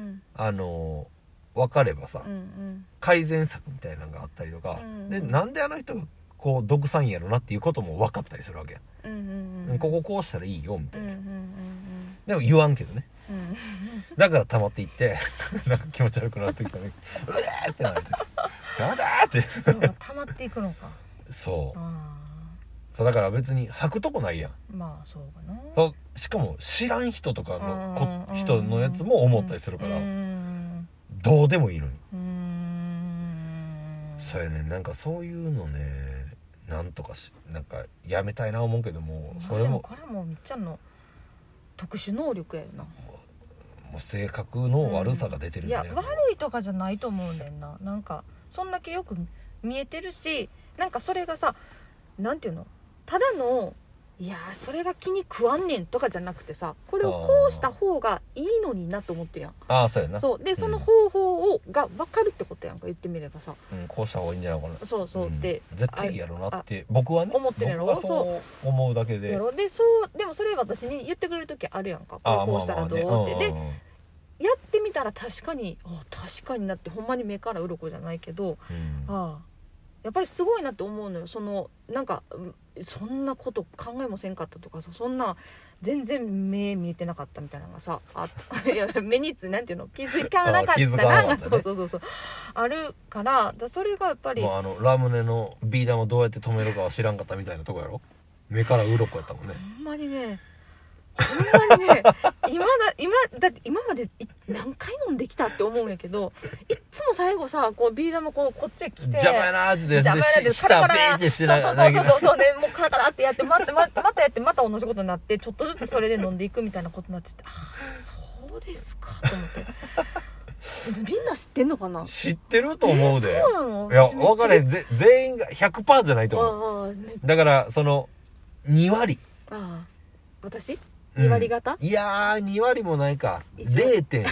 分かればさ、改善策みたいなのがあったりとか、でなんであの人がこう毒さんやろなっていうことも分かったりするわけや、こここうしたらいいよみたいな、でも言わんけどね、だから溜まっていってなんか気持ち悪くなる時はねうえーってなるんですよ、やだーってそう溜まっていくのかそうだから別に吐くとこないやん、 まあそうかな、 しかも知らん人とかの人のやつも思ったりするから、どうでもいいのに、そうやね、なんかそういうのねなんとかなんかやめたいな思うけども、それもこれもみっちゃんの特殊能力やよな、 もう性格の悪さが出てるよね、 いや悪いとかじゃないと思うんだよな、なんかそんだけよく見えてるし、なんかそれがさなんていうの、ただのいやそれが気に食わんねんとかじゃなくてさ、これをこうした方がいいのになと思ってるやん、 そうやな、 そうでその方法が分かるってことやんか、言ってみればさ、 こうした方がいいんじゃないかな、 そうで絶対いいやろなって僕はね思ってるやろ、 僕はそう思うだけでやろででもそれ私に言ってくれる時あるやんか、こうしたらどうって、でやってみたら確かになって、ほんまに目から鱗じゃないけど、やっぱりすごいなって思うのよ、なんかそんなこと考えもせんかったとかさ、そんな全然目見えてなかったみたいなのがさいや目になんていうの気づかなかったな、そうあるから、それがやっぱりもうラムネのビー玉をどうやって止めるかは知らんかったみたいなとこやろ、目から鱗やったもんね、 ほんまにねほんまにねだって今まで何回飲んできたって思うんやけど、いっつも最後さこうビー玉こっちへ来て邪魔やなーって邪魔やなって下ビーってしてそうね、もうカラカラってやってまたやってまた同じことになって、ちょっとずつそれで飲んでいくみたいなことになってて、ああそうですかと思ってみんな知ってんのかな。 知ってると思うで。 そうなの。 いや分かれへん、全員が 100% じゃないと思う。だからその2割。 ああ私2割方、 いやー2割もないか 0.8%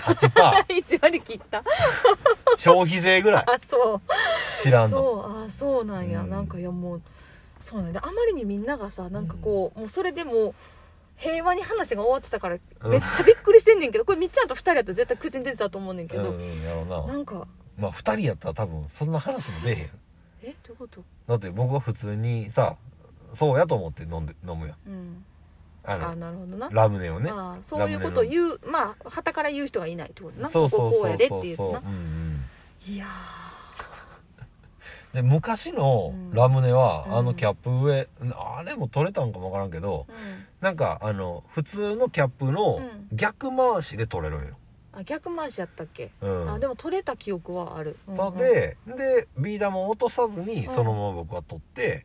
1割切った消費税ぐらい。 あそう知らんの。そうなんや、なんかいやもうそうなんだ。あまりにみんながさなんかこう、もうそれでも平和に話が終わってたからめっちゃびっくりしてんねんけど、これみっちゃんと2人やったら絶対口に出てたと思うねんけど、 やろうな。 なんかまあ2人やったら多分そんな話も出えへん。 どういうこと。 だって僕は普通にさそうやと思って飲むやん。 なるほどな。 ラムネをね。 そういうことを言う、まあ旗から言う人がいないってことな。 そうこうやでって言うとな。いやで昔のラムネは、キャップ上あれも取れたんかもわからんけど、なんか普通のキャップの逆回しで取れるんよ。 逆回しやったっけ。 でも取れた記憶はある。 でビー玉を落とさずにそのまま僕は取って、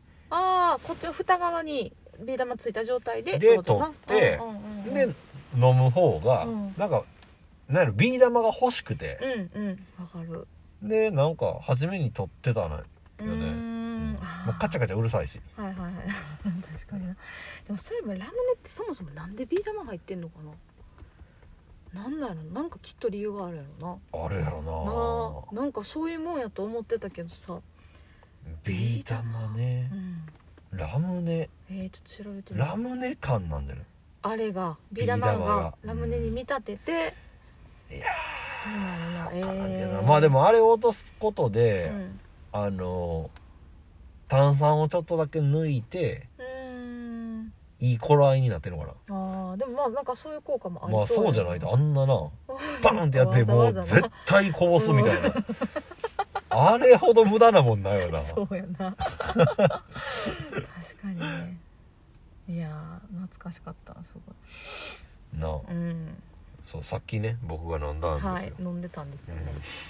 こっちの蓋側にビー玉ついた状態で取ってで飲む方がなんかなんやろビー玉が欲しくて、 わかる。 でなんか初めに取ってたのよね。もうカチャカチャうるさいし。 はい確かにな。でもそういえばラムネってそもそもなんでビー玉入ってんのかな。なんだろう、なんかきっと理由があるやろな。 あるやろな。なんかそういうもんやと思ってたけどさ。 ビー玉ね。ラムネ。 ちょっと調べてみる。 ラムネ感なんじゃない。 あれがビー玉がラムネに見立てて。 いやー、 分からんけど、まあでもあれを落とすことで、炭酸をちょっとだけ抜いていい頃合いになってるのかな。でもまあなんかそういう効果もありそう。まあそうじゃないとあんななバーンってやってもう絶対こぼすみたいなあれほど無駄なもんないよな。 そうやな確かにね。いや懐かしかったすごいな。そうさっきね僕が飲んだんですよ。 はい飲んでたんですよね。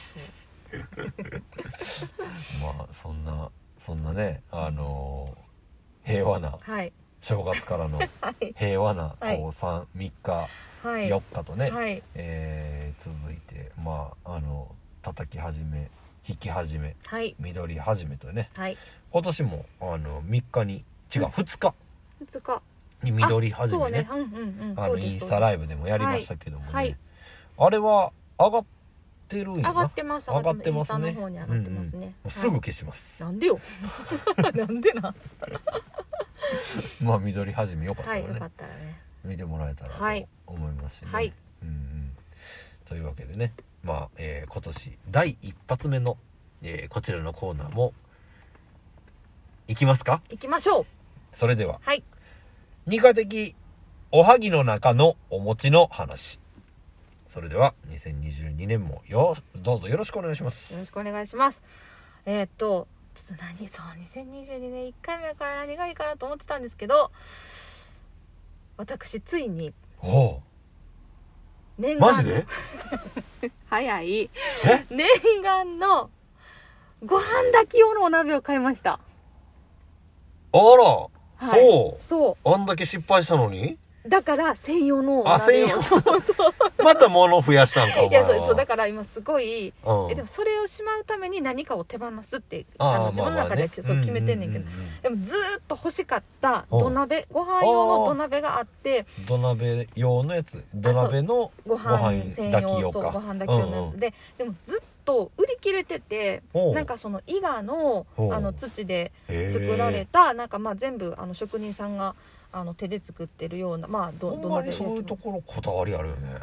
まあそんなね平和な正月からの平和なこう3日4日とね、続いてまあ叩き始め引き始め、緑始めとね、今年も3日に違う2日に緑始めね、インスタライブでもやりましたけどもね、あれは上がってるんやな。 上がってますね。インスタの方に上がってますね。 もうすぐ消します。 なんでよなんでなまあ緑始めよかったらね、 よかったらね見てもらえたらと思いますしね。というわけでね、まあ今年第一発目の、こちらのコーナーもいきますか。 行きましょう。 それでは、二課的おはぎの中のお餅の話。それでは2022年もどうぞよろしくお願いします。 よろしくお願いします。ちょっと2022年1回目やから何がいいかなと思ってたんですけど、私ついに念願マジで早い念願のご飯炊き用のお鍋を買いました。 あら、そう。あんだけ失敗したのに。 だから専用のお鍋を。そうまた物増やしたんか。 いやそうだから今すごい、でもそれをしまうために何かを手放すって自分の中でそう決めてんねんけど、でもずっと欲しかった土鍋、ご飯用の土鍋があって、 土鍋用のやつ、土鍋のご飯専用、そうご飯炊き用のやつで、でもずっと売り切れてて、なんかその伊賀の土で作られたなんかまあ全部職人さんが手で作ってるような土鍋。 そういうところこだわりあるよね。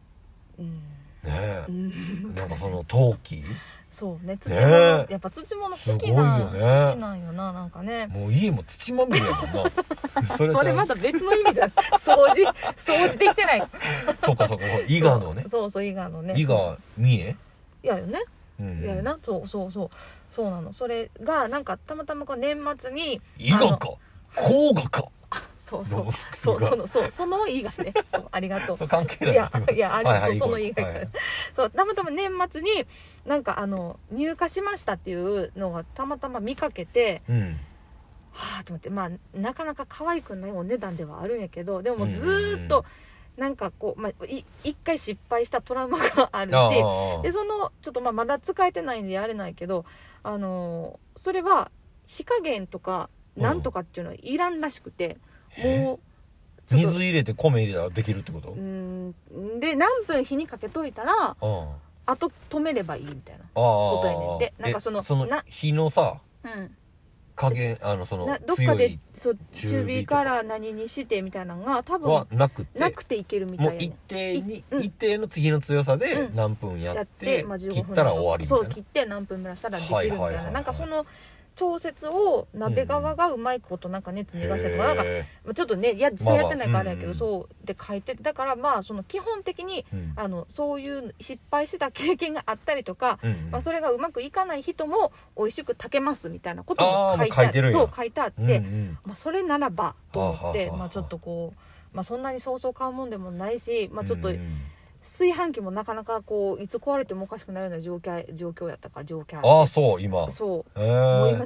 なんかその陶器。 そうね、土物、やっぱ土物好きなんよな、なんかね。 もう家も土まみれやもんな。 それまた別の意味じゃん。掃除できてない。 そうか伊賀のね。 そう伊賀のね。 伊賀三重。 いやよね。いやよな、そうなの。それがなんかたまたま年末に伊賀か甲賀かそうその意がね、そうありがとう。 そう関係ない。 いやあれ、 はいはい、 その意が、そうたまたま年末になんか入荷しましたっていうのがたまたま見かけて、はあと思って、まあなかなか可愛くないお値段ではあるんやけど、でもずーっとなんかこう、一回失敗したトラウマがあるし、でちょっとまだ使えてないんでやれないけど、それは火加減とかなんとかっていうのはいらんらしくて、もう水入れて米入れたらできるってこと？ で何分火にかけといたらあと止めればいいみたいなことやねんで、なんかその火のさ、加減どっかで中火から何にしてみたいなのが多分はなくていけるみたいな、 もう一定の火の強さで何分やって切ったら終わりみたいな、 そう切って何分蒸らしたらできるみたいな、なんかその調節を鍋側がうまいことなんか熱逃がしたりとか、なんかちょっとね実際やってないからあれやけど、そうで書いて、だからまあその基本的にそういう失敗した経験があったりとか、それがうまくいかない人も美味しく炊けますみたいなことも書いてあって、それならばと思って、ちょっとこう、そんなにそうそう買うもんでもないし、ちょっと炊飯器もなかなかこういつ壊れてもおかしくないような状況やったから、 そう今そうもう今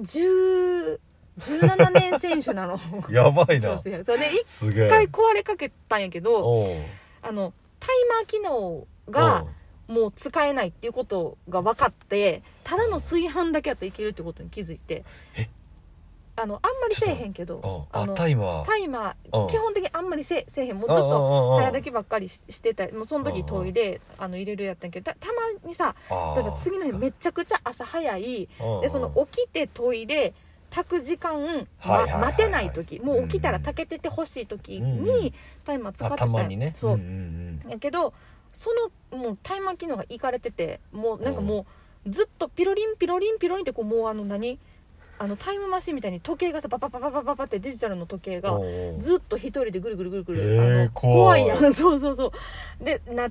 17年選手なのやばいな。 そうで1回壊れかけたんやけど、タイマー機能がもう使えないっていうことが分かって、ただの炊飯だけやったらいけるってことに気づいて、あんまりせえへんけど、 タイマー基本的にあんまりせえへん、もうずっと早炊きばっかりしてた、もうその時研いで入れるやったんやけど、たまにさ、だから次の日めちゃくちゃ朝早いで、その起きて研いで炊く時間待てない時、もう起きたら炊けててほしい時にタイマー使ってた、 たまにね、 そうやけど、そのもうタイマー機能がいかれてて、もうなんかもうずっとピロリンピロリンピロリンってこう、もうタイムマシンみたいに時計がさパパパパパパパってデジタルの時計がずっと一人でぐるぐるぐるぐる、怖いやんそうでなって、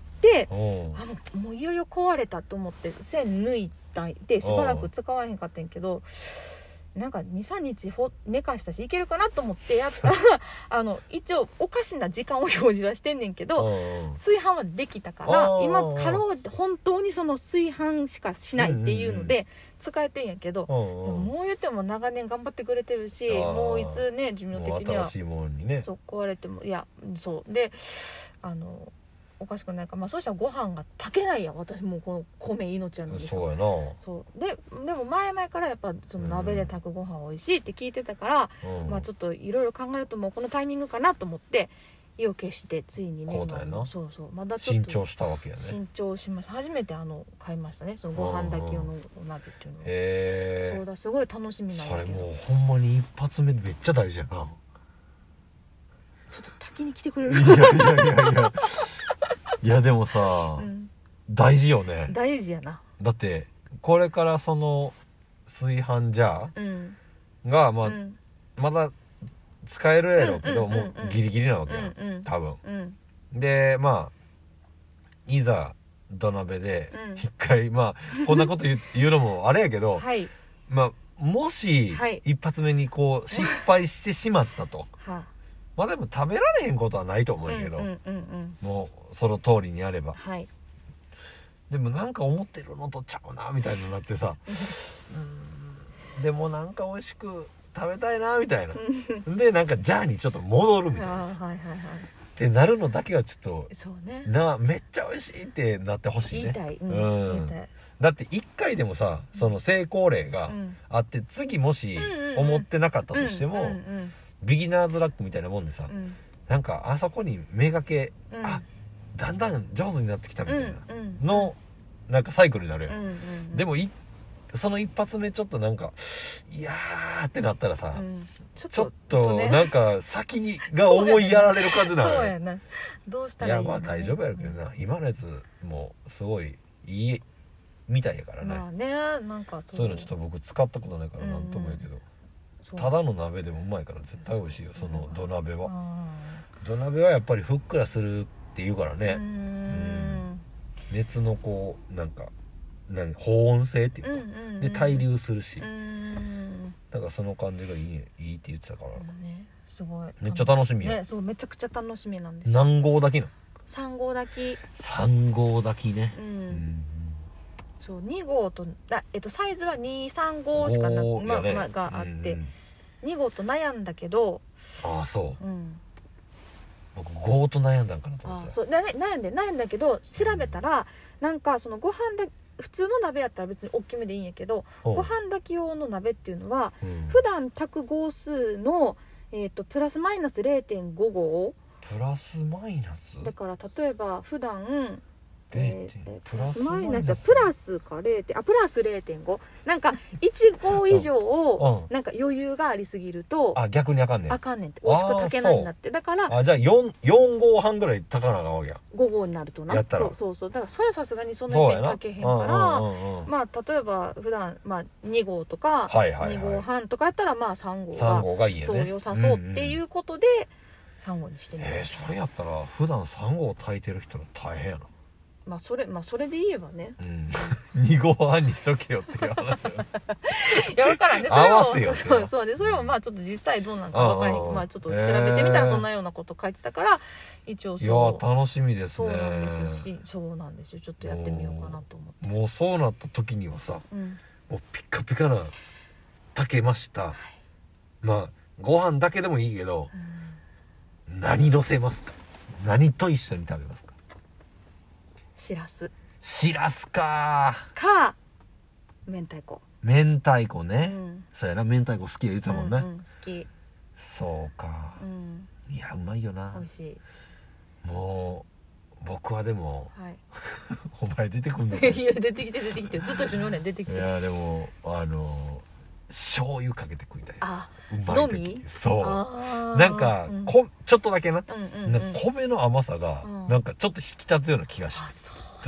もういよいよ壊れたと思って線抜いたでしばらく使わへんかったんやけど、なんか 2,3 日寝かしたしいけるかなと思ってやったら一応おかしな時間を表示はしてんねんけど、炊飯はできたから今かろうじて本当にその炊飯しかしないっていうので使えてんやけど、でももう言っても長年頑張ってくれてるし、もういつね寿命的には新しいものにね、 そう壊れても、いやそうでおかしくないか、そうしたらご飯が炊けないやん、私もうこの米命やのでさ、 そうやな、 そうでも前々からやっぱその鍋で炊くご飯美味しいって聞いてたから、ちょっといろいろ考えるともうこのタイミングかなと思って意を決してついにね、そうまだちょっと新調したわけやね。 新調しました。初めて買いましたね、そのご飯炊き用のお鍋っていうのを。そうだ、すごい楽しみなんだけど、 それもうほんまに一発目めっちゃ大事やな。 ちょっと炊きに来てくれる？ いやでもさ、大事よね。 大事やな。 だってこれからその炊飯ジャーがまだ使えるやろうけど、もうギリギリなわけや多分、でいざ土鍋で一回こんなこと言うのもあれやけど、もし一発目にこう失敗してしまったとでも食べられへんことはないと思うんやけど、もうその通りにやれば、でもなんか思ってるのとちゃうなみたいになってさでもなんか美味しく食べたいなみたいなでなんかジャーにちょっと戻るみたいなってなるのだけはちょっとそうね、 めっちゃ美味しいってなってほしいね。 言いたい、 だって1回でもさその成功例があって、次もし思ってなかったとしてもビギナーズラックみたいなもんでさ、なんかあそこにめがけ、だんだん上手になってきたみたいなのなんかサイクルになるやん、でもその一発目ちょっとなんかいやーってなったらさ、ちょっとなんか先が思いやられる感じなのよ。 そうやな、どうしたらいいの、 大丈夫やるけどな、今のやつもすごいいいみたいやからね。 なんかそういうのちょっと僕使ったことないからなんともやけど、ただの鍋でもうまいから絶対美味しいよ、その土鍋は。土鍋はやっぱりふっくらするって言うからね、熱のこうなんか保温性っていうか、で対流するし、 だからその感じがいいって言ってたから、 ね、すごいめっちゃ楽しみや、 ね、そうめちゃくちゃ楽しみなんですよ。 何号炊きの 3号炊き。 3号炊きね、 そう2号とサイズは235しかなく、ねがあって、2号と悩んだけど、 ああそう、僕5と悩んだんかなと思ってた。 そう悩んだけど調べたら、なんかそのご飯だ普通の鍋やったら別に大きめでいいんやけど、ご飯炊き用の鍋っていうのは、普段炊く号数の、プラスマイナス 0.5 号プラスマイナスだから、例えば普段プラスマイナスプラスかプラス 0.5 なんか1号以上をなんか余裕がありすぎると逆にあかんねんって美味しく炊けないんだって。だからじゃあ 4号半ぐらい炊かなあかんわけや。 5号になるとな。 やったらそうだからそれはさすがにそんなに炊けへんから、まあ例えば普段2号とか2号半とかやったら3号がいいよね。そう良さそうっていうことで3号にしてみる。 それやったら普段3号炊いてる人は大変やな。 それで言えばね、 2号半にしとけよっていう話いや分からんね。 合わせよ。 そうでそれもちょっと実際どうなんか分からん。ちょっと調べてみたらそんなようなこと書いてたから、一応そう。 いや楽しみですね。 そうなんですし、そうなんですよ。ちょっとやってみようかなと思って。 もうそうなった時にはさ、もうピカピカな炊けました。ご飯だけでもいいけど、何乗せますか？何と一緒に食べますか？ しらすか明太子ね、そうやな、明太子好きで言ってたもんね、 好き。 そうか、いやうまいよな。 美味しい。 もう僕はでも、お前出てくんのかいや出てきてずっと一緒におれん出てきて。 いやでも醤油かけて食いたい。 うまい時。 そうなんか、ちょっとだけな、米の甘さがなんかちょっと引き立つような気がして、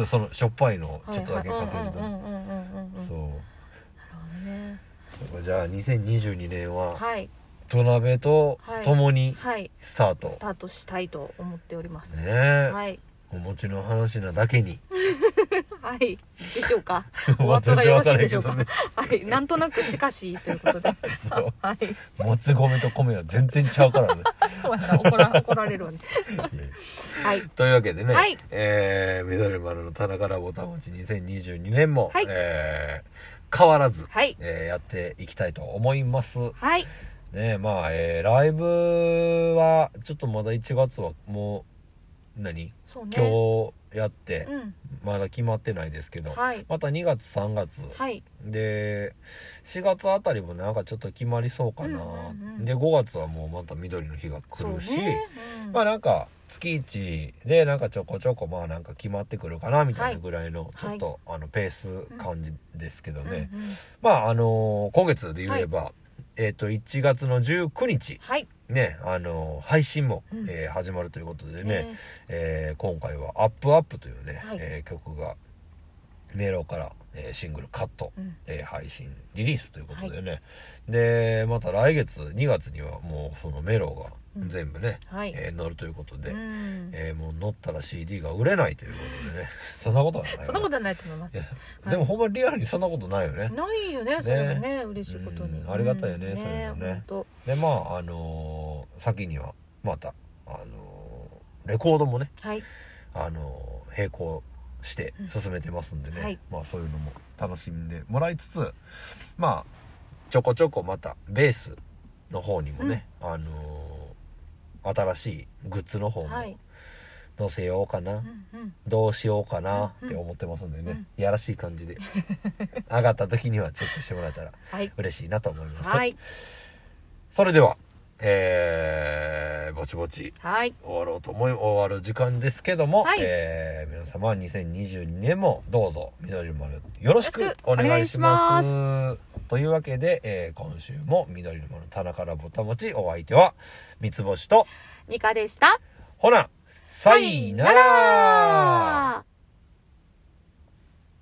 そのしょっぱいのちょっとだけかけると、そう。なるほどね。 じゃあ2022年は土鍋と共にスタートしたいと思っておりますね。お餅の話なだけにはいでしょうか。お後がよろしいでしょうか。なんとなく近しいということで。 そうもち米と米は全然ちゃうからね。 そうやな、怒られるわね。 というわけでね、緑丸の棚からぼたもち2022年も変わらずやっていきたいと思います。ね、ライブはちょっとまだ1月はもう今日やって、まだ決まってないですけど、また2月3月、で4月あたりもなんかちょっと決まりそうかな、で5月はもうまた緑の日が来るし、なんか月1でなんかちょこちょこなんか決まってくるかなみたいなぐらいのちょっとペース感じですけどね。今月で言えば、1月の19日、ね、配信も、始まるということでね、今回は「アップアップというね、曲がメロから、シングルカット、配信リリースということでね、でまた来月2月にはもうそのメロが全部ね、乗るということで、もう乗ったら CD が売れないということでねそんなことはない。 そんなことはないと思います。 でもほんまリアルにそんなことないよね。 ないよね、それはね、嬉しいことに。 ありがたいよね、そういうのね。で先にはまたレコードもね、並行して進めてますんでね、そういうのも楽しんでもらいつつ、ちょこちょこまたベースの方にもね、新しいグッズの方も載せようかな、どうしようかなって思ってますんでね、やらしい感じで上がった時にはチェックしてもらえたら嬉しいなと思います。それではぼちぼち終わる時間ですけども、皆様2022年もどうぞ緑丸よろしくお願いします。というわけで、今週も緑丸棚からぼたもち、お相手は三つ星とニカでした。 ほなさいなら。